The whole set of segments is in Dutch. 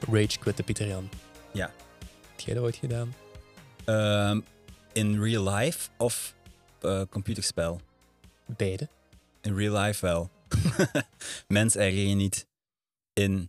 Rage quitten, Pieter-Jan. Ja. Heb jij dat ooit gedaan? In real life of computerspel? Beide. In real life wel. Mens erger je niet in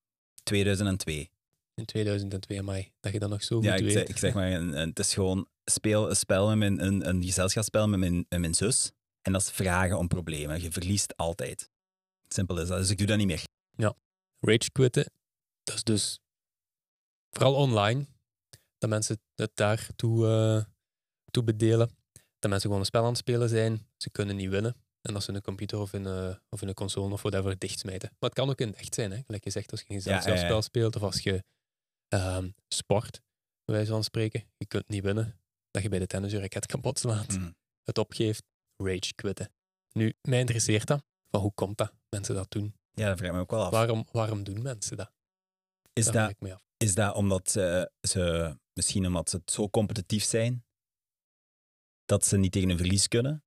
2002. In 2002, amai, dat je dat nog zo goed Ja, weet. ik zeg maar, het is gewoon een spel met een gezelschapsspel met mijn zus. En dat is vragen om problemen. Je verliest altijd. Simpel is dat. Dus ik doe dat niet meer. Rage quitten, dat is dus vooral online, dat mensen het daartoe toe bedelen. Dat mensen gewoon een spel aan het spelen zijn, ze kunnen niet winnen. En dat ze in een computer of in een console of whatever dichtsmijten. Maar het kan ook in het echt zijn, hè. Gelijk je zegt, als je een gezelschapsspel speelt of als je sport, bij wijze van spreken, je kunt niet winnen, dat je bij de tennis je raket kapot slaat, het opgeeft, rage quitten. Nu, mij interesseert dat, van hoe komt dat, mensen dat doen? Ja, dat vraag ik me ook wel af. Waarom doen mensen dat? Is Daar dat, vraag ik me af. is dat omdat misschien omdat ze zo competitief zijn, dat ze niet tegen een verlies kunnen?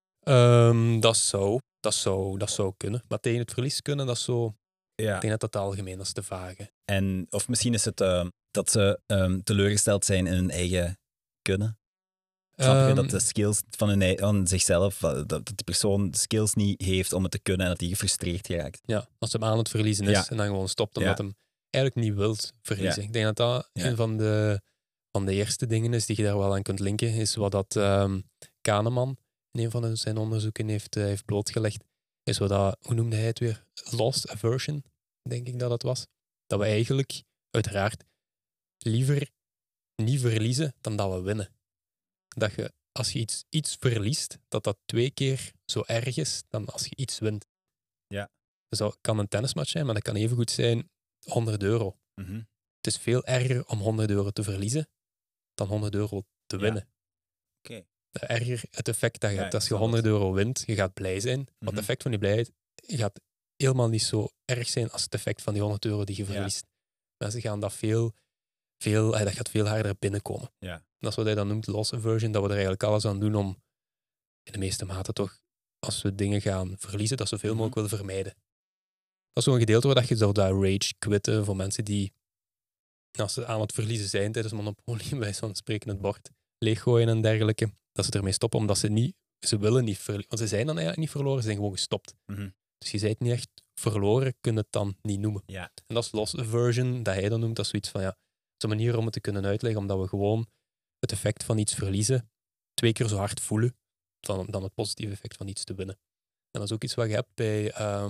Dat zou kunnen. Maar tegen het verlies kunnen, dat is zo... Ja. Ik denk dat dat algemeen, dat is te vage. Of misschien is het dat ze teleurgesteld zijn in hun eigen kunnen. Snap je dat de skills van zichzelf, dat die persoon de skills niet heeft om het te kunnen en dat hij gefrustreerd raakt? Ja, als hem aan het verliezen is en dan gewoon stopt omdat hem eigenlijk niet wilt verliezen. Ik denk dat dat een van de eerste dingen is die je daar wel aan kunt linken, is wat dat Kahneman in een van zijn onderzoeken heeft blootgelegd. Is wat dat, hoe noemde hij het weer? Loss aversion, denk ik dat het was. Dat we eigenlijk, uiteraard, liever niet verliezen dan dat we winnen. Dat je, als je iets verliest, dat 2 keer zo erg is dan als je iets wint. Ja. Dus dat kan een tennismatch zijn, maar dat kan evengoed zijn €100. Mm-hmm. Het is veel erger om €100 te verliezen dan €100 te winnen. Oké. Erger het effect dat je hebt. Als je snap het. €100 wint, je gaat blij zijn. Maar het effect van die blijheid gaat helemaal niet zo erg zijn als het effect van die €100 die je verliest. Mensen gaan dat dat gaat veel harder binnenkomen. Ja. Dat is wat hij dan noemt loss aversion, dat we er eigenlijk alles aan doen om in de meeste mate toch, als we dingen gaan verliezen, dat zoveel mogelijk willen vermijden. Dat is zo'n gedeelte waar je zou dat rage quitten voor mensen die, als ze aan het verliezen zijn tijdens Monopoly, bij wijze van spreken het bord leeggooien en dergelijke, dat ze ermee stoppen, omdat ze willen niet verliezen. Want ze zijn dan eigenlijk niet verloren, ze zijn gewoon gestopt. Mm-hmm. Dus je bent niet echt verloren, kun je het dan niet noemen. Ja. En dat is loss aversion, dat hij dan noemt, dat is zoiets van, dat is een manier om het te kunnen uitleggen, omdat we gewoon het effect van iets verliezen 2 keer zo hard voelen dan het positieve effect van iets te winnen. En dat is ook iets wat je hebt bij...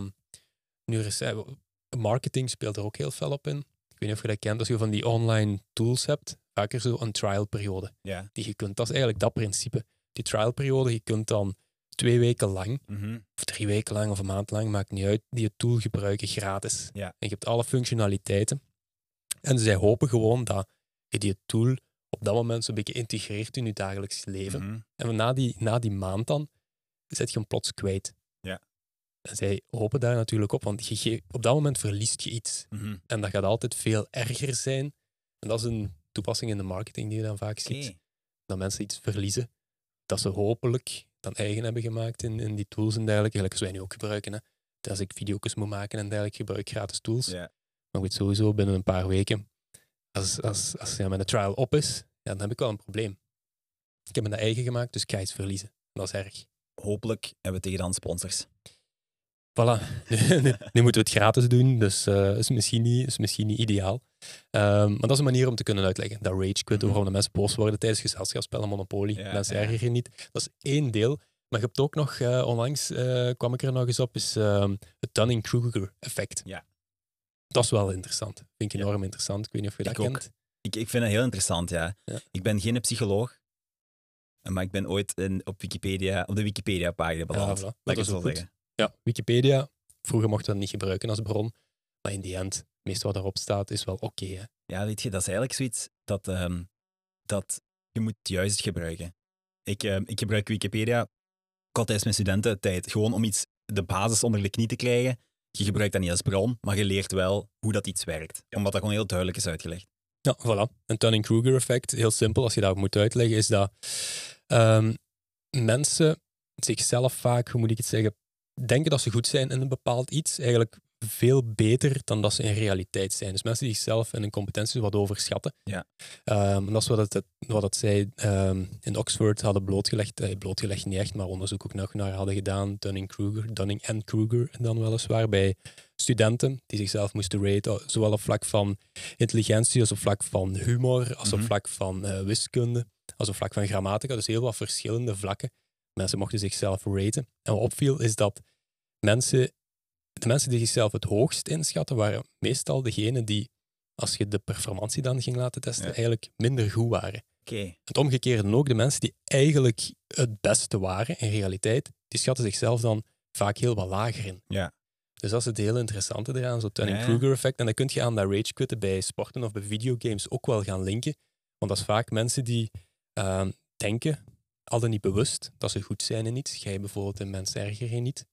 marketing speelt er ook heel fel op in. Ik weet niet of je dat kent, als je van die online tools hebt, vaker zo een trialperiode. Ja. Die je kunt, dat is eigenlijk dat principe. Die trialperiode, je kunt dan 2 weken lang, of 3 weken lang, of een maand lang, maakt niet uit, die tool gebruiken gratis. Ja. En je hebt alle functionaliteiten. En zij hopen gewoon dat je die tool op dat moment zo'n beetje integreert in je dagelijks leven. Mm-hmm. En na die maand dan, zet je hem plots kwijt. Ja. En zij hopen daar natuurlijk op, want op dat moment verliest je iets. Mm-hmm. En dat gaat altijd veel erger zijn. En dat is een toepassing in de marketing die je dan vaak ziet. Okay. Dat mensen iets verliezen, dat ze hopelijk dan eigen hebben gemaakt in die tools en dergelijke. Gelijk als wij nu ook gebruiken. Hè. Als ik video's moet maken en dergelijke, gebruik ik gratis tools. Yeah. Maar goed, sowieso binnen een paar weken, als mijn trial op is, dan heb ik wel een probleem. Ik heb me dat eigen gemaakt, dus ik ga iets verliezen. Dat is erg. Hopelijk hebben we tegen dan sponsors. Voilà, nu moeten we het gratis doen, dus is misschien niet ideaal. Maar dat is een manier om te kunnen uitleggen. Dat rage quitten, waarom de mensen boos worden tijdens gezelschapsspellen, Monopoly. Mensen ergeren je niet. Dat is 1 deel. Maar je hebt ook nog, onlangs kwam ik er nog eens op, is het Dunning-Kruger effect. Ja. Dat is wel interessant. Vind ik enorm interessant. Ik weet niet of je dat kent. Ik vind het heel interessant, ja. Ik ben geen psycholoog, maar ik ben ooit op de Wikipedia-pagina beland. Ja, voilà. Dat is wel zeggen. Ja, Wikipedia. Vroeger mochten we dat niet gebruiken als bron. Maar in die end, het meeste wat daarop staat, is wel oké. Hè? Ja, weet je, dat is eigenlijk zoiets dat je moet juist gebruiken. Ik gebruik Wikipedia ook al tijdens mijn studententijd, gewoon om de basis onder de knie te krijgen. Je gebruikt dat niet als bron, maar je leert wel hoe dat iets werkt. Omdat dat gewoon heel duidelijk is uitgelegd. Ja, voilà. Een Dunning-Kruger effect, heel simpel, als je dat moet uitleggen, is dat mensen zichzelf vaak, hoe moet ik het zeggen, denken dat ze goed zijn in een bepaald iets. Eigenlijk veel beter dan dat ze in realiteit zijn. Dus mensen die zichzelf en hun competenties wat overschatten. Ja. Dat is wat zij in Oxford hadden blootgelegd niet echt, maar onderzoek ook nog naar hadden gedaan. Dunning en Kruger dan weliswaar, bij studenten die zichzelf moesten raten, zowel op vlak van intelligentie als op vlak van humor, als op vlak van wiskunde, als op vlak van grammatica. Dus heel wat verschillende vlakken. Mensen mochten zichzelf raten. En wat opviel is dat de mensen die zichzelf het hoogst inschatten, waren meestal degenen die, als je de performantie dan ging laten testen, eigenlijk minder goed waren. Het omgekeerde ook, de mensen die eigenlijk het beste waren in realiteit, die schatten zichzelf dan vaak heel wat lager in. Ja. Dus dat is het hele interessante eraan, zo'n Dunning-Kruger-effect. En dat kun je aan dat rage quitten bij sporten of bij videogames ook wel gaan linken. Want dat is vaak mensen die denken, al dan niet bewust, dat ze goed zijn in iets. Jij bijvoorbeeld een mens erger in iets.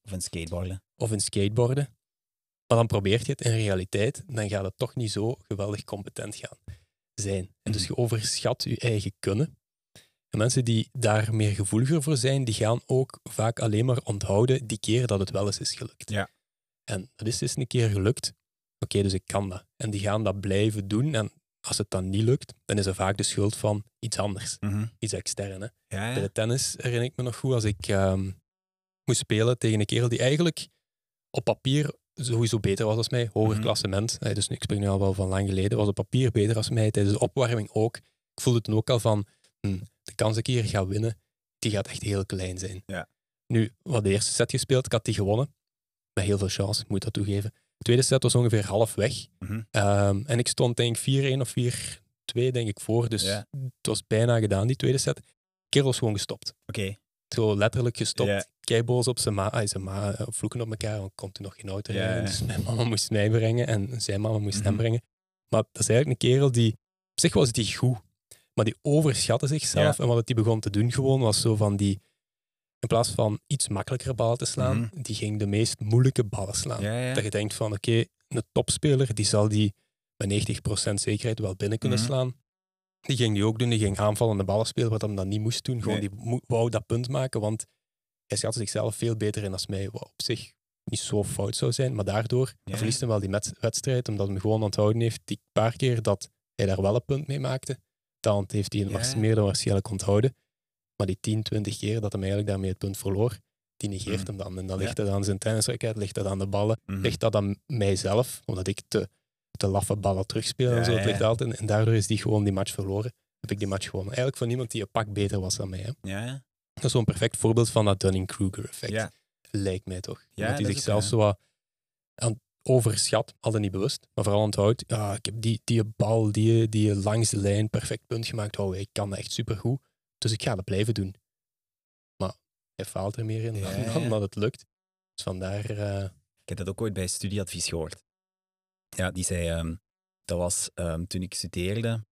Of in skateboarden. Maar dan probeert je het in realiteit, dan gaat het toch niet zo geweldig competent gaan zijn. En dus je overschat je eigen kunnen. En mensen die daar meer gevoeliger voor zijn, die gaan ook vaak alleen maar onthouden die keer dat het wel eens is gelukt. Ja. En dat is eens een keer gelukt. Oké, dus ik kan dat. En die gaan dat blijven doen. En als het dan niet lukt, dan is er vaak de schuld van iets anders. Iets extern. Hè. Bij de tennis herinner ik me nog goed, als ik moest spelen tegen een kerel die eigenlijk op papier sowieso beter was als mij. Hoger klassement. Dus ik spreek nu al wel van lang geleden. Was op papier beter als mij. Tijdens de opwarming ook. Ik voelde het ook al van, de kans dat ik hier ga winnen, die gaat echt heel klein zijn. Ja. Nu, we hadden de eerste set gespeeld. Ik had die gewonnen. Met heel veel chance, ik moet dat toegeven. De tweede set was ongeveer half weg. En ik stond denk ik 4-1 of 4-2 denk ik voor. Dus het was bijna gedaan, die tweede set. Kerel was gewoon gestopt. Zo letterlijk gestopt. Keiboos op zijn ma, vloeken op elkaar, want kon toen nog geen auto rijden. Dus mijn mama moest mij brengen en zijn mama moest hem brengen. Maar dat is eigenlijk een kerel die, op zich was die goed, maar die overschatte zichzelf. En wat hij begon te doen gewoon, was zo van die, in plaats van iets makkelijker ballen te slaan, die ging de meest moeilijke ballen slaan. Dat je denkt van, oké, een topspeler, die zal die met 90% zekerheid wel binnen kunnen slaan. Die ging die ook doen, die ging aanvallende ballen spelen, wat hij dan niet moest doen. Gewoon, die wou dat punt maken, want hij schatte zichzelf veel beter in als mij, wat op zich niet zo fout zou zijn. Maar daardoor verliest hij wel die wedstrijd, omdat hij gewoon onthouden heeft, die paar keer dat hij daar wel een punt mee maakte. Dan heeft hij meer dan waarschijnlijk onthouden. Maar die 10, 20 keer dat hij eigenlijk daarmee het punt verloor, die negeert hem dan. En dan ligt dat aan zijn tennisracket, ligt dat aan de ballen, ligt dat aan mijzelf, omdat ik te laffe ballen terugspeel en zo. Het ligt altijd. En daardoor is die gewoon die match verloren. Heb ik die match gewonnen. Eigenlijk van iemand die een pak beter was dan mij. Hè. Dat is zo'n perfect voorbeeld van dat Dunning-Kruger-effect. Lijkt mij toch. Dat hij zichzelf zo wat overschat, al dan niet bewust, maar vooral onthoudt, ik heb die bal, die langs de lijn perfect punt gemaakt. Ik kan dat echt supergoed. Dus ik ga dat blijven doen. Maar hij faalt er meer in dan dat het lukt. Dus vandaar... Ik heb dat ook ooit bij studieadvies gehoord. Ja, die zei, dat was toen ik studeerde,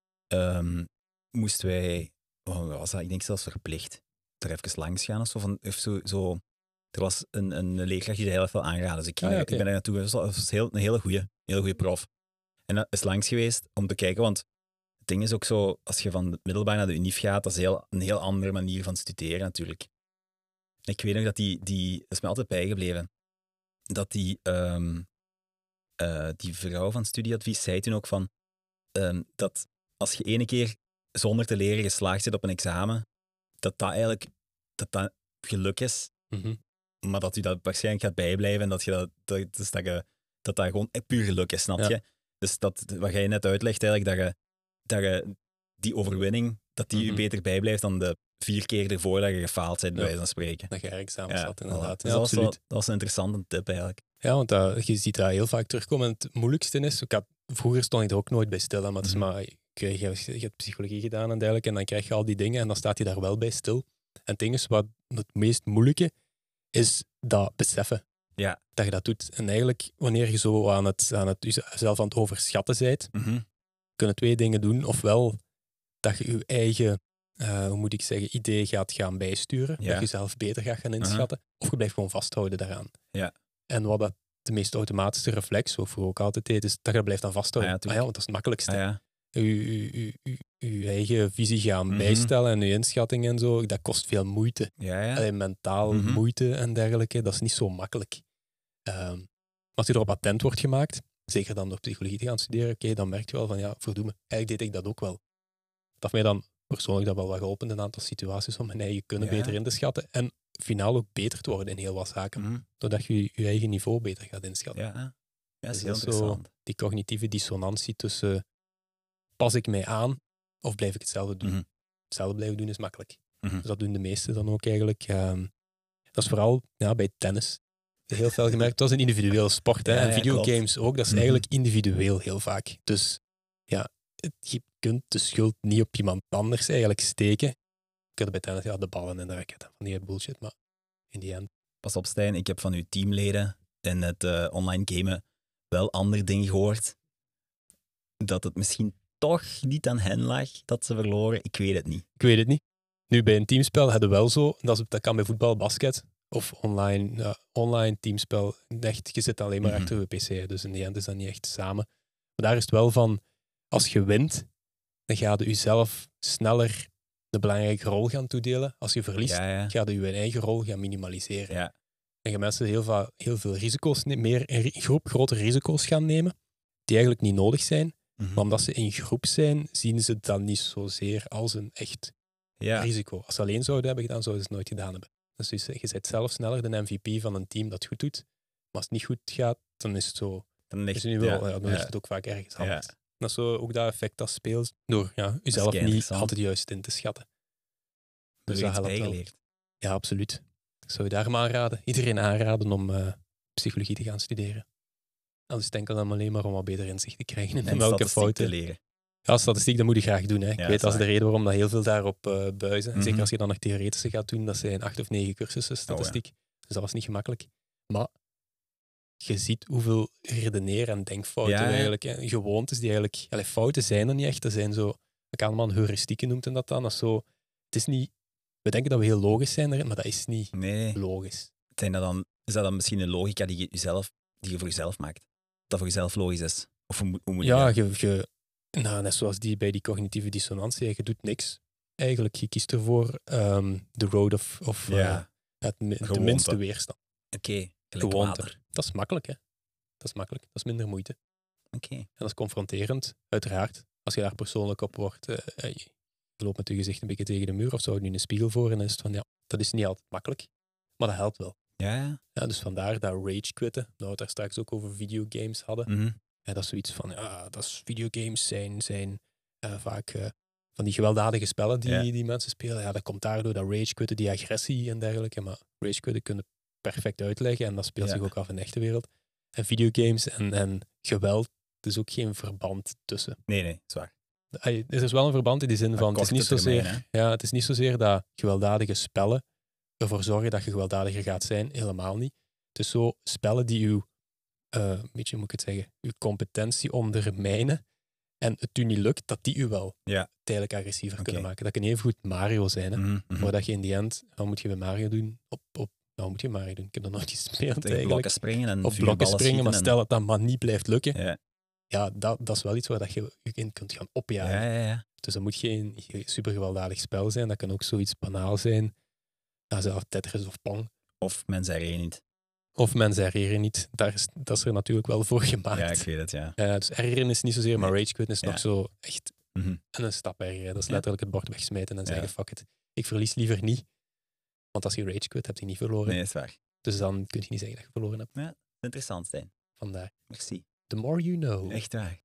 moesten wij, wat was dat? Ik denk zelfs verplicht, er even langs gaan of zo. Er was een leerkracht die dat heel veel aangeraden. Dus ik ben daar naartoe geweest. Dat was een hele goede prof. En dat is langs geweest om te kijken, want het ding is ook zo, als je van het middelbaar naar de unief gaat, dat is een heel andere manier van studeren natuurlijk. Ik weet nog dat dat is me altijd bijgebleven, dat die vrouw van studieadvies zei toen ook van, dat als je ene keer zonder te leren geslaagd zit op een examen, dat eigenlijk geluk is, maar dat u dat waarschijnlijk gaat bijblijven en dat gewoon puur geluk is, snap je? Dus wat jij net uitlegt eigenlijk, dat je die overwinning, dat die u beter bijblijft dan de 4 keer ervoor dat je gefaald bent, bij wijze van spreken. Dat je examen zat, inderdaad. Dus absoluut. Dat was een interessante tip eigenlijk. Ja, want je ziet dat heel vaak terugkomen. En het moeilijkste is, vroeger stond ik er ook nooit bij stil, maar het is maar, je hebt psychologie gedaan en dergelijke, en dan krijg je al die dingen en dan staat je daar wel bij stil. En het ding is, wat het meest moeilijke is dat beseffen. Dat je dat doet. En eigenlijk, wanneer je zo aan het jezelf aan het overschatten bent, kunnen 2 dingen doen. Ofwel dat je je eigen, idee gaat gaan bijsturen, dat je jezelf beter gaat gaan inschatten, of je blijft gewoon vasthouden daaraan. En wat dat de meest automatische reflex, wat voor ook altijd deed, is dat je dat blijft aan vasthouden. Want dat is het makkelijkste. Je eigen visie gaan bijstellen en je inschatting en zo, dat kost veel moeite. Mentaal moeite en dergelijke, dat is niet zo makkelijk. Als je erop attent wordt gemaakt, zeker dan door psychologie te gaan studeren, oké, dan merk je wel van, ja, verdoemen, eigenlijk deed ik dat ook wel. Dat heeft mij dan persoonlijk dat wel wat geholpen in een aantal situaties om mijn eigen kunnen beter in te schatten en finaal ook beter te worden in heel wat zaken. Doordat je je eigen niveau beter gaat inschatten. Ja, dat is Dus heel dat is interessant. zo die cognitieve dissonantie tussen pas ik mij aan of blijf ik hetzelfde doen. Hetzelfde blijven doen is makkelijk. Dus dat doen de meesten dan ook eigenlijk. Dat is vooral bij tennis. Heel veel gemerkt. Het was een individuele sport. Hè? En videogames ook. Dat is eigenlijk individueel heel vaak. Dus ja, je kunt de schuld niet op iemand anders eigenlijk steken. Je kunt bij tennis de ballen en de raketten van die bullshit. Maar in die end. Pas op, Stijn. Ik heb van uw teamleden in het online gamen wel andere dingen gehoord. Dat het misschien toch niet aan hen lag dat ze verloren. Ik weet het niet. Ik weet het niet. Nu, bij een teamspel hadden we wel zo. Dat kan bij voetbal, basket of online teamspel. Echt, je zit alleen maar achter je pc. Dus in die end is dat niet echt samen. Maar daar is het wel van, als je wint, dan ga je jezelf sneller de belangrijke rol gaan toedelen. Als je verliest, ga je je eigen rol gaan minimaliseren. Ja. En gaan mensen heel veel risico's, grote risico's gaan nemen, die eigenlijk niet nodig zijn. Maar omdat ze in groep zijn, zien ze dat niet zozeer als een echt risico. Als ze alleen zouden hebben gedaan, zouden ze het nooit gedaan hebben. Dus je bent zelf sneller de MVP van een team dat goed doet. Maar als het niet goed gaat, dan is het zo. Dan ligt het ook vaak ergens anders. Ja. Dat is zo ook dat effect dat speelt door jezelf niet altijd juist in te schatten. Dus dat helpt wel. Ja, absoluut. Ik zou je daarom aanraden, iedereen aanraden om psychologie te gaan studeren. Dat is enkel dan alleen maar om wat beter inzicht te krijgen in welke fouten. Te leren. Ja, statistiek, dat moet je graag doen. Hè. Ik weet, dat is de reden waarom dat heel veel daarop buizen. Zeker als je dan nog theoretische gaat doen, dat zijn 8 of 9 cursussen statistiek. Dus dat was niet gemakkelijk. Maar je ziet hoeveel redeneer- en denkfouten eigenlijk, hè. Gewoontes die eigenlijk... fouten zijn er niet echt. Dat zijn zo... Kahneman heuristieken noemt hem dat dan. Dat is zo... Het is niet... We denken dat we heel logisch zijn erin, maar dat is niet logisch. Is dat dan misschien een logica die je voor jezelf maakt? Dat voor jezelf logisch is? Of hoe moet je... net zoals bij die cognitieve dissonantie. Je doet niks. Eigenlijk, je kiest ervoor de road of de minste weerstand. Oké. Gewoonte. Dat is makkelijk, hè. Dat is makkelijk. Dat is minder moeite. Oké. En dat is confronterend, uiteraard. Als je daar persoonlijk op wordt, je loopt met je gezicht een beetje tegen de muur of zo, nu een spiegel voor en dan is het van, dat is niet altijd makkelijk. Maar dat helpt wel. Ja, dus vandaar dat rage quitten, dat we het daar straks ook over videogames hadden. Ja, dat is zoiets van, videogames zijn vaak van die gewelddadige spellen die mensen spelen. Ja, dat komt daardoor, dat rage quitten, die agressie en dergelijke. Maar rage quitten kunnen perfect uitleggen en dat speelt zich ook af in de echte wereld. En videogames en geweld, er is ook geen verband tussen. Nee, zwaar. Er is wel een verband in die zin van, het is niet zozeer dat gewelddadige spellen ervoor zorgen dat je gewelddadiger gaat zijn, helemaal niet. Het is zo spellen die uw competentie ondermijnen en het u niet lukt, dat die u wel tijdelijk agressiever kunnen maken. Dat kan even goed Mario zijn, hè. Maar dat je in die end, wat moet je bij Mario doen? Wat moet je Mario doen? Ik heb dat nooit gespeeld eigenlijk. Blokken springen of blokken springen, maar stel dat dat maar niet blijft lukken. Ja, dat is wel iets waar dat je in kunt gaan opjagen. Ja. Dus dat moet geen super gewelddadig spel zijn. Dat kan ook zoiets banaal zijn. Zelf Tetris of Pong. Of mensen herinneren niet. Of mensen herinneren niet. Dat is er natuurlijk wel voor gemaakt. Ja, ik weet het, ja. Dus herinneren is niet zozeer, maar rage quitten is nog zo echt een stap erger. Dat is letterlijk het bord wegsmijten en zeggen, fuck it. Ik verlies liever niet. Want als je rage quit, heb je niet verloren. Nee, is waar. Dus dan kun je niet zeggen dat je verloren hebt. Ja, interessant, Stijn. Vandaar. Merci. The more you know. Echt waar.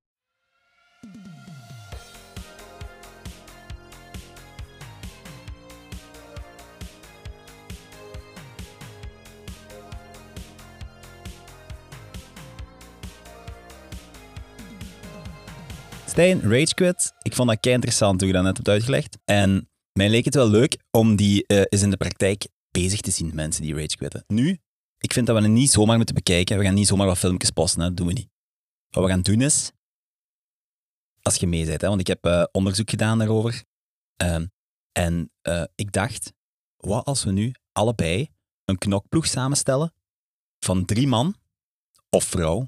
Stijn, Rage Quit. Ik vond dat kei interessant hoe je dat net hebt uitgelegd. En mij leek het wel leuk om die eens in de praktijk bezig te zien, mensen die Rage Quitten. Nu, ik vind dat we het niet zomaar moeten bekijken. We gaan niet zomaar wat filmpjes posten, hè. Dat doen we niet. Wat we gaan doen is, als je mee bent, hè, want ik heb onderzoek gedaan daarover. En ik dacht, wat als we nu allebei een knokploeg samenstellen van 3 man of vrouw,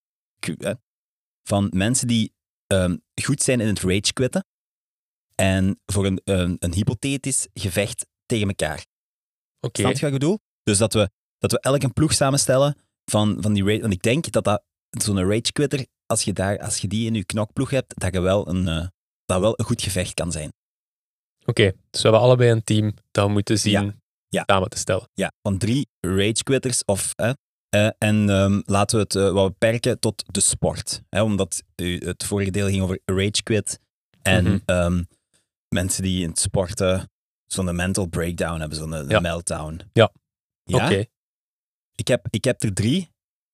van mensen die goed zijn in het rage quitten en voor een hypothetisch gevecht tegen elkaar. Oké. Snap je wat ik bedoel? Dus dat we elk een ploeg samenstellen van die rage... Want ik denk dat zo'n rage quitter, als je die in je knokploeg hebt, dat wel een goed gevecht kan zijn. Oké, dus we hebben allebei een team dat we moeten zien samen te stellen. Ja, van 3 rage quitters laten we het wat beperken tot de sport. Omdat het vorige deel ging over rage quit en mensen die in het sporten zo'n mental breakdown hebben, zo'n meltdown. Ja. Ja? Oké. Ik heb er 3.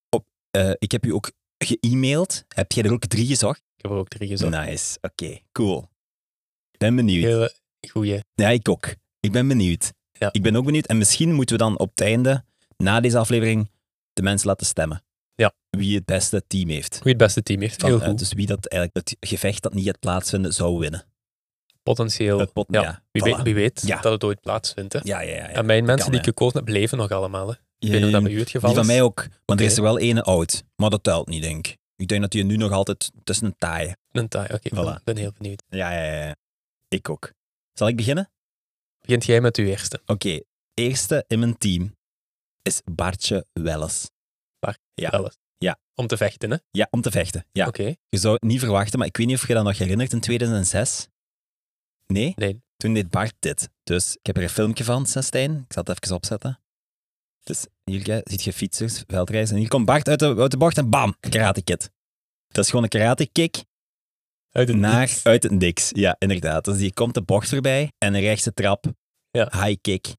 Ik heb u ook ge-mailed. Heb jij er ook 3 gezocht? Ik heb er ook 3 gezocht. Nice, oké, cool. Ik ben benieuwd. Hele goeie. Ja, ik ook. Ik ben benieuwd. Ja. Ik ben ook benieuwd. En misschien moeten we dan op het einde, na deze aflevering, de mensen laten stemmen. Ja. Wie het beste team heeft. Wie het beste team heeft. Heel goed. Dus wie dat eigenlijk het gevecht dat niet gaat plaatsvinden, zou winnen. Potentieel. Wie weet dat het ooit plaatsvindt. Hè? Ja. En mijn mensen die ik gekozen heb, leven nog allemaal. Hè. Ik weet niet of dat bij u het geval die is. van mij ook. Want er is er wel ene oud. Maar dat telt niet, denk ik. Ik denk dat die nu nog altijd... Het is een taai. Een taai, oké. Voilà. Ik ben heel benieuwd. Ja. Ik ook. Zal ik beginnen? Begint jij met uw eerste? Oké. Eerste in mijn team is Bartje Welles. Ja. Welles. Ja. Om te vechten, hè? Ja, om te vechten. Ja. Oké. Je zou het niet verwachten, maar ik weet niet of je dat nog herinnert in 2006. Nee? Nee. Toen deed Bart dit. Dus ik heb er een filmpje van, Stijn. Ik zal het even opzetten. Dus hier zie je fietsers, veldrijden. En hier komt Bart uit de bocht en bam, karate kid. Dat is gewoon een karate kick Uit het niks. Ja, inderdaad. Dus die komt de bocht voorbij en een rechtse trap, high kick.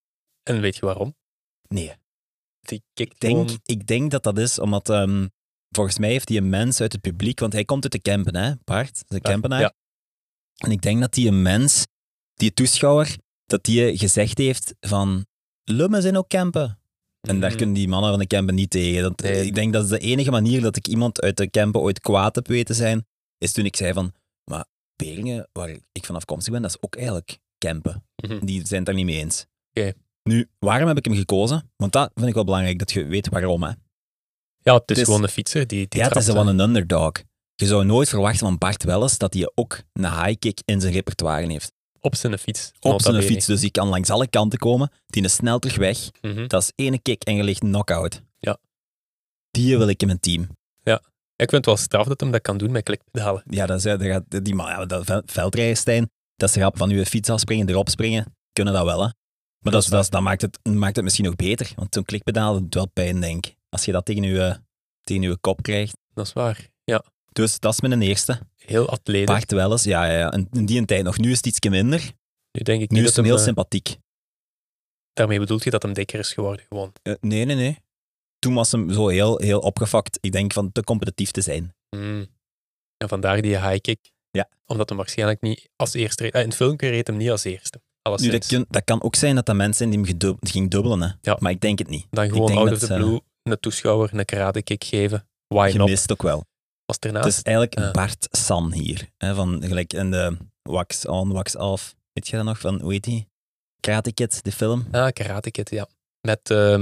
En weet je waarom? Nee. Die kikt Ik denk dat dat is omdat, volgens mij heeft hij een mens uit het publiek, want hij komt uit de Kempen, hè, Bart? Dat is een Kempenaar. Ja. En ik denk dat die een mens, die toeschouwer, dat die gezegd heeft van, lummen zijn ook Kempen. En daar kunnen die mannen van de Kempen niet tegen. Ik denk dat is de enige manier dat ik iemand uit de Kempen ooit kwaad heb weten zijn, is toen ik zei van, maar Beringen, waar ik vanaf komstig ben, dat is ook eigenlijk Kempen. Die zijn het daar niet mee eens. Okay. Nu, waarom heb ik hem gekozen? Want dat vind ik wel belangrijk, dat je weet waarom. Hè. Ja, het is gewoon een fietser die ja, het is wel een underdog. Je zou nooit verwachten van Bart Welles dat hij ook een high kick in zijn repertoire heeft. Op zijn fiets. Op zijn fiets, dus die kan langs alle kanten komen. Die is snel terug weg. Dat is ene kick en je ligt knock-out. Ja. Die wil ik in mijn team. Ja. Ik vind het wel straf dat hem dat kan doen met klikpedalen. Ja, dat veldrijden, Stijn, dat is rap van je fiets afspringen, erop springen. Kunnen dat wel, hè. Maar dat maakt het misschien nog beter. Want zo'n klikpedaal doet wel pijn, denk ik. Als je dat tegen je kop krijgt. Dat is waar, ja. Dus dat is mijn eerste. Heel atletisch. Bart Welles, ja. En in die tijd nog. Nu is het iets minder. Nu denk ik nu niet is hem heel sympathiek. Daarmee bedoelt je dat hem dikker is geworden, gewoon? Nee. Toen was hem zo heel opgefakt. Ik denk van te competitief te zijn. En vandaar die high kick. Ja. Omdat hem waarschijnlijk niet als eerste reed. In het filmpje reed hem niet als eerste. Nu, dat kan ook zijn dat mensen die hem ging dubbelen. Hè. Ja. Maar ik denk het niet. Dan gewoon out of the blue een toeschouwer een karate kick geven. Why je not? mist ook wel. Was ernaast? Het is eigenlijk Bart San hier. Hè, van gelijk in de Wax On, Wax Off. Weet je dat nog? Van, hoe heet die? Karate Kid, de film. Ah, Karate Kid, ja. Met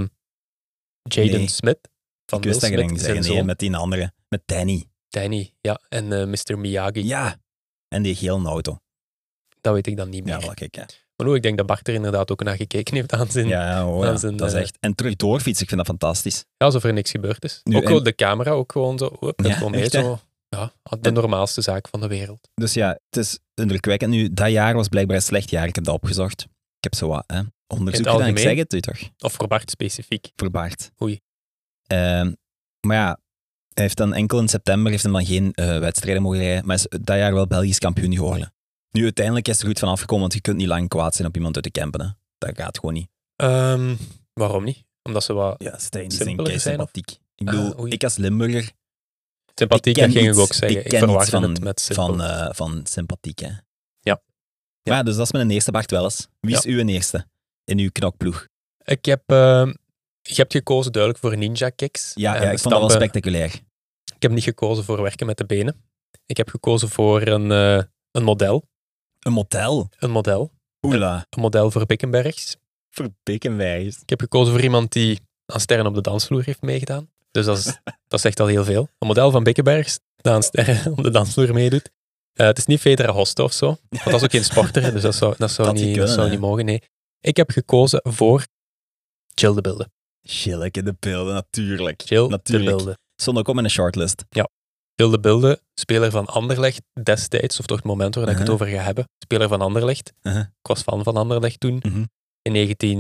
Jaden Smith. Van ik wist dat je ging zeggen. Nee, met die andere. Met Danny. Danny, ja. En Mr. Miyagi. Ja. En die gele auto. Dat weet ik dan niet meer. Ja, wel kijk, ja. Maar ik denk dat Bart er inderdaad ook naar gekeken heeft aan zijn... dat is echt... En terug doorfietsen, ik vind dat fantastisch. Ja, alsof er niks gebeurd is. Nu, ook wel de camera, ook gewoon zo... de normaalste zaak van de wereld. Dus ja, het is indrukwekkend. Nu, dat jaar was blijkbaar een slecht jaar. Ik heb dat opgezocht. Ik heb zo wat onderzoek gedaan. Ik zeg het u toch? Of voor Bart specifiek? Voor Bart. Oei. Maar ja, hij heeft dan enkel in september heeft hem dan geen wedstrijden mogen rijden, maar is dat jaar wel Belgisch kampioen geworden. Nu, uiteindelijk is er goed van afgekomen, want je kunt niet lang kwaad zijn op iemand uit de Kempen. Hè. Dat gaat gewoon niet. Waarom niet? Omdat ze wat Stijn, die zijn sympathiek. Ik bedoel, ik als Limburger... Sympathiek, dat ging ik ook zeggen. Ik verwacht het met van sympathiek, hè. Ja. Maar dus dat is mijn eerste, Bart Welles. Wie is uw eerste in uw knokploeg? Ik heb... Je hebt gekozen duidelijk voor ninja kicks. Ja, ik vond dat wel spectaculair. Ik heb niet gekozen voor werken met de benen. Ik heb gekozen voor een model. Een model? Een model. Oela. Een model voor Bickenbergs. Voor Bickenbergs. Ik heb gekozen voor iemand die aan Sterren op de Dansvloer heeft meegedaan. Dus dat zegt al heel veel. Een model van Bickenbergs dat aan Sterren op de Dansvloer meedoet. Het is niet Federa Hoste of zo. Want dat is ook geen sporter, dus dat zou niet mogen. Nee. Ik heb gekozen voor Jill de Bilde. Gilleke de Bilde, natuurlijk. Jill Natuurlijk. de Bilde. Stond ook op in een shortlist. Jill de Bilde, speler van Anderlecht destijds, of toch het moment waar ik het over ga hebben. Speler van Anderlecht. Ik was fan van Anderlecht toen. In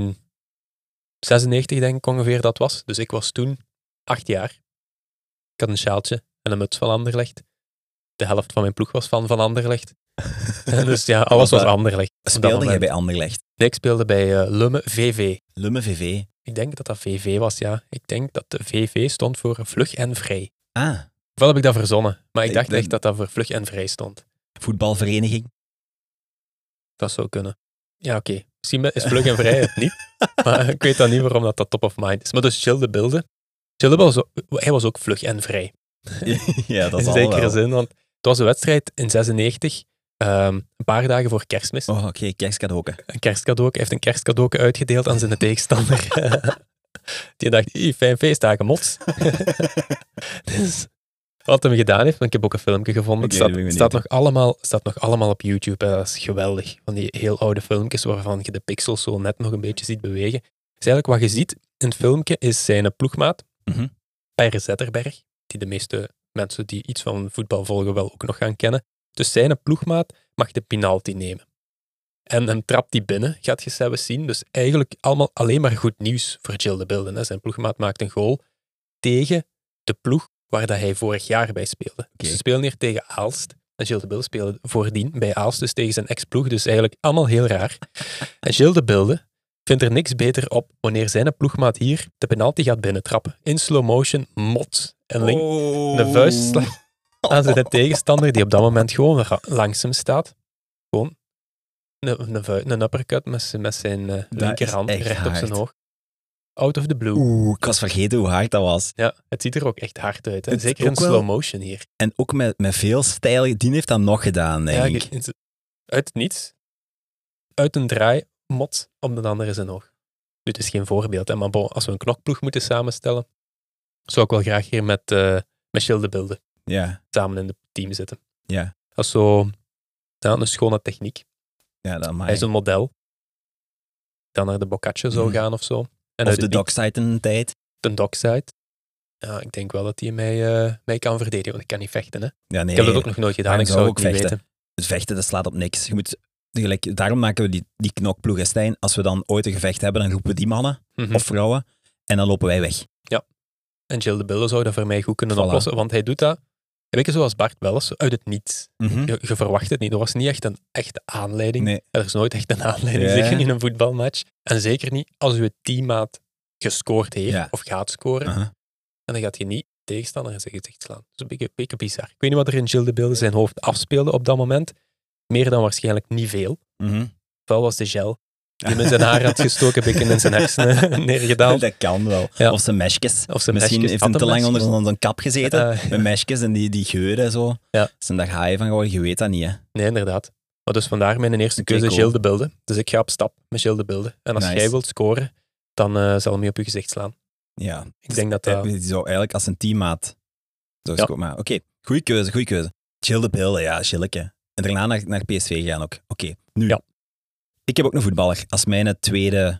1996 denk ik ongeveer dat was. Dus ik was toen 8 jaar. Ik had een sjaaltje en een muts van Anderlecht. De helft van mijn ploeg was fan van Anderlecht. Dus ja, alles was Anderlecht. Speelde jij bij Anderlecht? Nee, ik speelde bij Lumme VV. Lumme VV? Ik denk dat dat VV was, ja. Ik denk dat de VV stond voor vlug en vrij. Ah. Ofwel heb ik dat verzonnen, maar ik dacht echt dat dat voor vlug en vrij stond. Voetbalvereniging? Dat zou kunnen. Ja, oké. Misschien is vlug en vrij het niet. Maar ik weet dan niet waarom dat top of mind is. Maar dus Jill de Bilde. Jill de Bilde, hij was ook vlug en vrij. Ja, dat is in al zekere wel. zin, want het was een wedstrijd in 96, een paar dagen voor Kerstmis. Oh, oké, kerstcadeauke. Een kerstcadeau. Hij heeft een kerstcadeau uitgedeeld aan zijn tegenstander. Die dacht, fijn feestdagen, mots. Dus wat hij gedaan heeft, want ik heb ook een filmpje gevonden. Het staat nog allemaal op YouTube. Dat is geweldig. Van die heel oude filmpjes waarvan je de pixels zo net nog een beetje ziet bewegen. Dus eigenlijk wat je ziet in het filmpje is zijn ploegmaat, Per Zetterberg, die de meeste mensen die iets van voetbal volgen wel ook nog gaan kennen. Dus zijn ploegmaat mag de penalty nemen. En hem trapt die binnen, gaat je zelfs zien. Dus eigenlijk allemaal alleen maar goed nieuws voor Jill de Bilde. Hè. Zijn ploegmaat maakt een goal tegen de ploeg waar dat hij vorig jaar bij speelde. Okay. Dus ze spelen hier tegen Aalst. En Jill de Bilde speelde voordien bij Aalst, dus tegen zijn ex-ploeg. Dus eigenlijk allemaal heel raar. En Jill de Bilde vindt er niks beter op wanneer zijn ploegmaat hier de penalty gaat binnentrappen. In slow motion, mot. En de vuist slaat aan zijn tegenstander, die op dat moment gewoon langs hem staat. Gewoon een uppercut met zijn linkerhand recht op zijn hoofd. Out of the blue. Ik was vergeten hoe hard dat was. Ja, het ziet er ook echt hard uit. Hè? Zeker in slow motion hier. En ook met veel stijl. Die heeft dat nog gedaan, denk ik. Uit het niets. Uit een draai, mot op de andere zijn oog. Dit is geen voorbeeld, hè? Maar als we een knokploeg moeten samenstellen, zou ik wel graag hier met Jill de Bilde samen in het team zitten. Ja. Dat is zo een schone techniek. Ja, dat mag. Hij is een model. Dan naar de Boccaccio zou gaan of zo. En of de dockside in de tijd. De dockside. Ja, ik denk wel dat hij mij kan verdedigen, want ik kan niet vechten. Hè. Ja, nee, ik heb dat ook nog nooit gedaan, ik zou ook niet vechten. weten. Het vechten, dat slaat op niks. Je moet, daarom maken we die knokploegen, Stijn. Als we dan ooit een gevecht hebben, dan roepen we die mannen of vrouwen en dan lopen wij weg. Ja. En Jill de Bilde zou dat voor mij goed kunnen oplossen, want hij doet dat een beetje zoals Bart Welles, uit het niets. Je verwacht het niet. Er was niet echt een echte aanleiding. Nee. Er is nooit echt een aanleiding, zeker niet in een voetbalmatch. En zeker niet als je teammaat gescoord heeft of gaat scoren. En dan gaat je niet tegenstander in zijn gezicht slaan. Dat is een beetje bizar. Ik weet niet wat er in Jill de Bilde zijn hoofd afspeelde op dat moment. Meer dan waarschijnlijk niet veel. Wel was de gel die hem in zijn haar had gestoken, een beetje in zijn hersenen neergedaald. Dat kan wel. Ja. Of zijn mesjes. Misschien heeft hij te lang onder zo'n kap gezeten. Met mesjes en die geuren en zo. Ja. Zijn daar haai van geworden, je weet dat niet. Hè? Nee, inderdaad. Maar dus vandaar mijn eerste keuze, Jill de Bilde. Dus ik ga op stap met Jill de Bilde. En als jij wilt scoren, dan zal hij op je gezicht slaan. Ja. Ik denk dat die zou eigenlijk als een teammaat maar oké, goeie keuze. Jill de Bilde, ja, Jilleke. En daarna naar PSV gaan ook. Oké, nu. Ja. Ik heb ook een voetballer als mijn tweede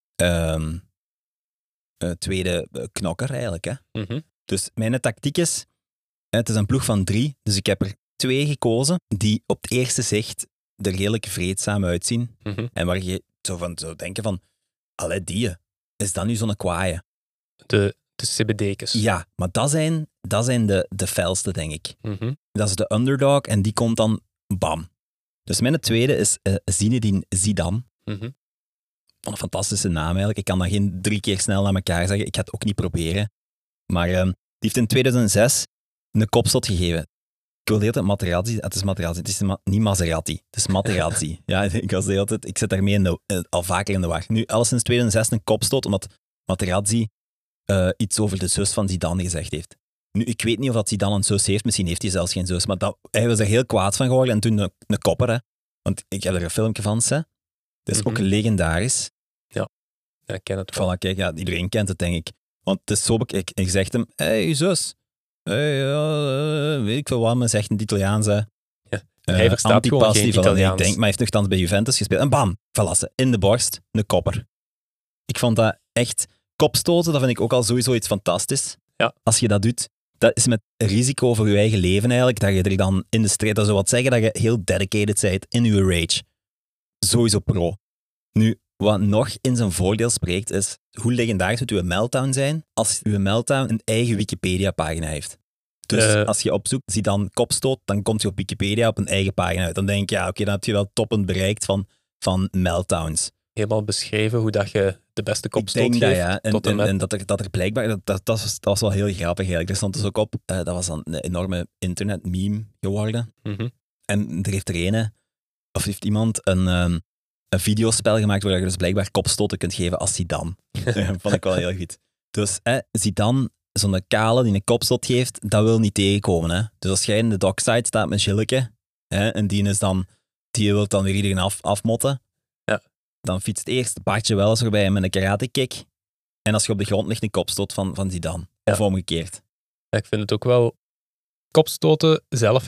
knokker eigenlijk. Hè. Dus mijn tactiek is, het is een ploeg van 3, dus ik heb er 2 gekozen die op het eerste zicht er redelijk vreedzaam uitzien. En waar je zou denken van, allee, is dat nu zo'n kwaaie? De CBD'kes. Ja, maar dat zijn de felste, denk ik. Dat is de underdog en die komt dan bam. Dus mijn tweede is Zinedine Zidane. Wat een fantastische naam eigenlijk. Ik kan dat geen 3 keer snel naar elkaar zeggen. Ik ga het ook niet proberen. Maar die heeft in 2006 een kopstoot gegeven. Ik wil de hele tijd Materazzi. Het is Materazzi. Het is niet Maserati. Het is Materazzi. Ja, ik zit daarmee al vaker in de war. Nu, alles sinds 2006 een kopstoot, omdat Materazzi iets over de zus van Zidane gezegd heeft. Nu, ik weet niet of dat Zidane een zus heeft. Misschien heeft hij zelfs geen zus. Maar hij was er heel kwaad van geworden. En toen een kopper. Hè. Want ik heb er een filmpje van. Dat is ook legendarisch. Ja, ik ken het wel. Voilà, kijk, ja, iedereen kent het, denk ik. Want het is zo... Ik zeg hem, je zus. Weet ik veel wat, maar zegt in het Italiaans. Ja, hij verstaat gewoon geen Italiaans. Maar hij heeft nogthans bij Juventus gespeeld. En bam, verlassen. In de borst, een kopper. Ik vond dat echt Kopstoten, dat vind ik ook al sowieso iets fantastisch. Ja. Als je dat doet, dat is met risico voor je eigen leven eigenlijk, dat je er dan in de strijd, dat zou wat zeggen dat je heel dedicated bent in je rage. Sowieso pro. Nu, wat nog in zijn voordeel spreekt, is hoe legendarisch moet uw meltdown zijn als uw meltdown een eigen Wikipedia-pagina heeft. Dus als je opzoekt, zie dan kopstoot, dan komt je op Wikipedia op een eigen pagina uit. Dan denk je, ja, oké, dan heb je wel toppen bereikt van meltdowns. Helemaal beschreven hoe dat je de beste kopstoot geeft. Dat, ja. En dat er blijkbaar, dat was wel heel grappig eigenlijk. Er stond dus ook op, dat was dan een enorme internet-meme geworden. Mhm. En er heeft heeft iemand een videospel gemaakt waar je dus blijkbaar kopstoten kunt geven als Zidane. Dat vond ik wel heel goed. Dus Zidane, zo'n kale die een kopstoot geeft, dat wil niet tegenkomen. Hè. Dus als jij in de dockside staat met Gilleke, en die wil dan weer iedereen afmotten, dan fietst eerst Bartje wel eens voorbij met een karate kick. En als je op de grond ligt, een kopstoot van Zidane. Of omgekeerd. Ja, ik vind het ook wel... Kopstoten zelf,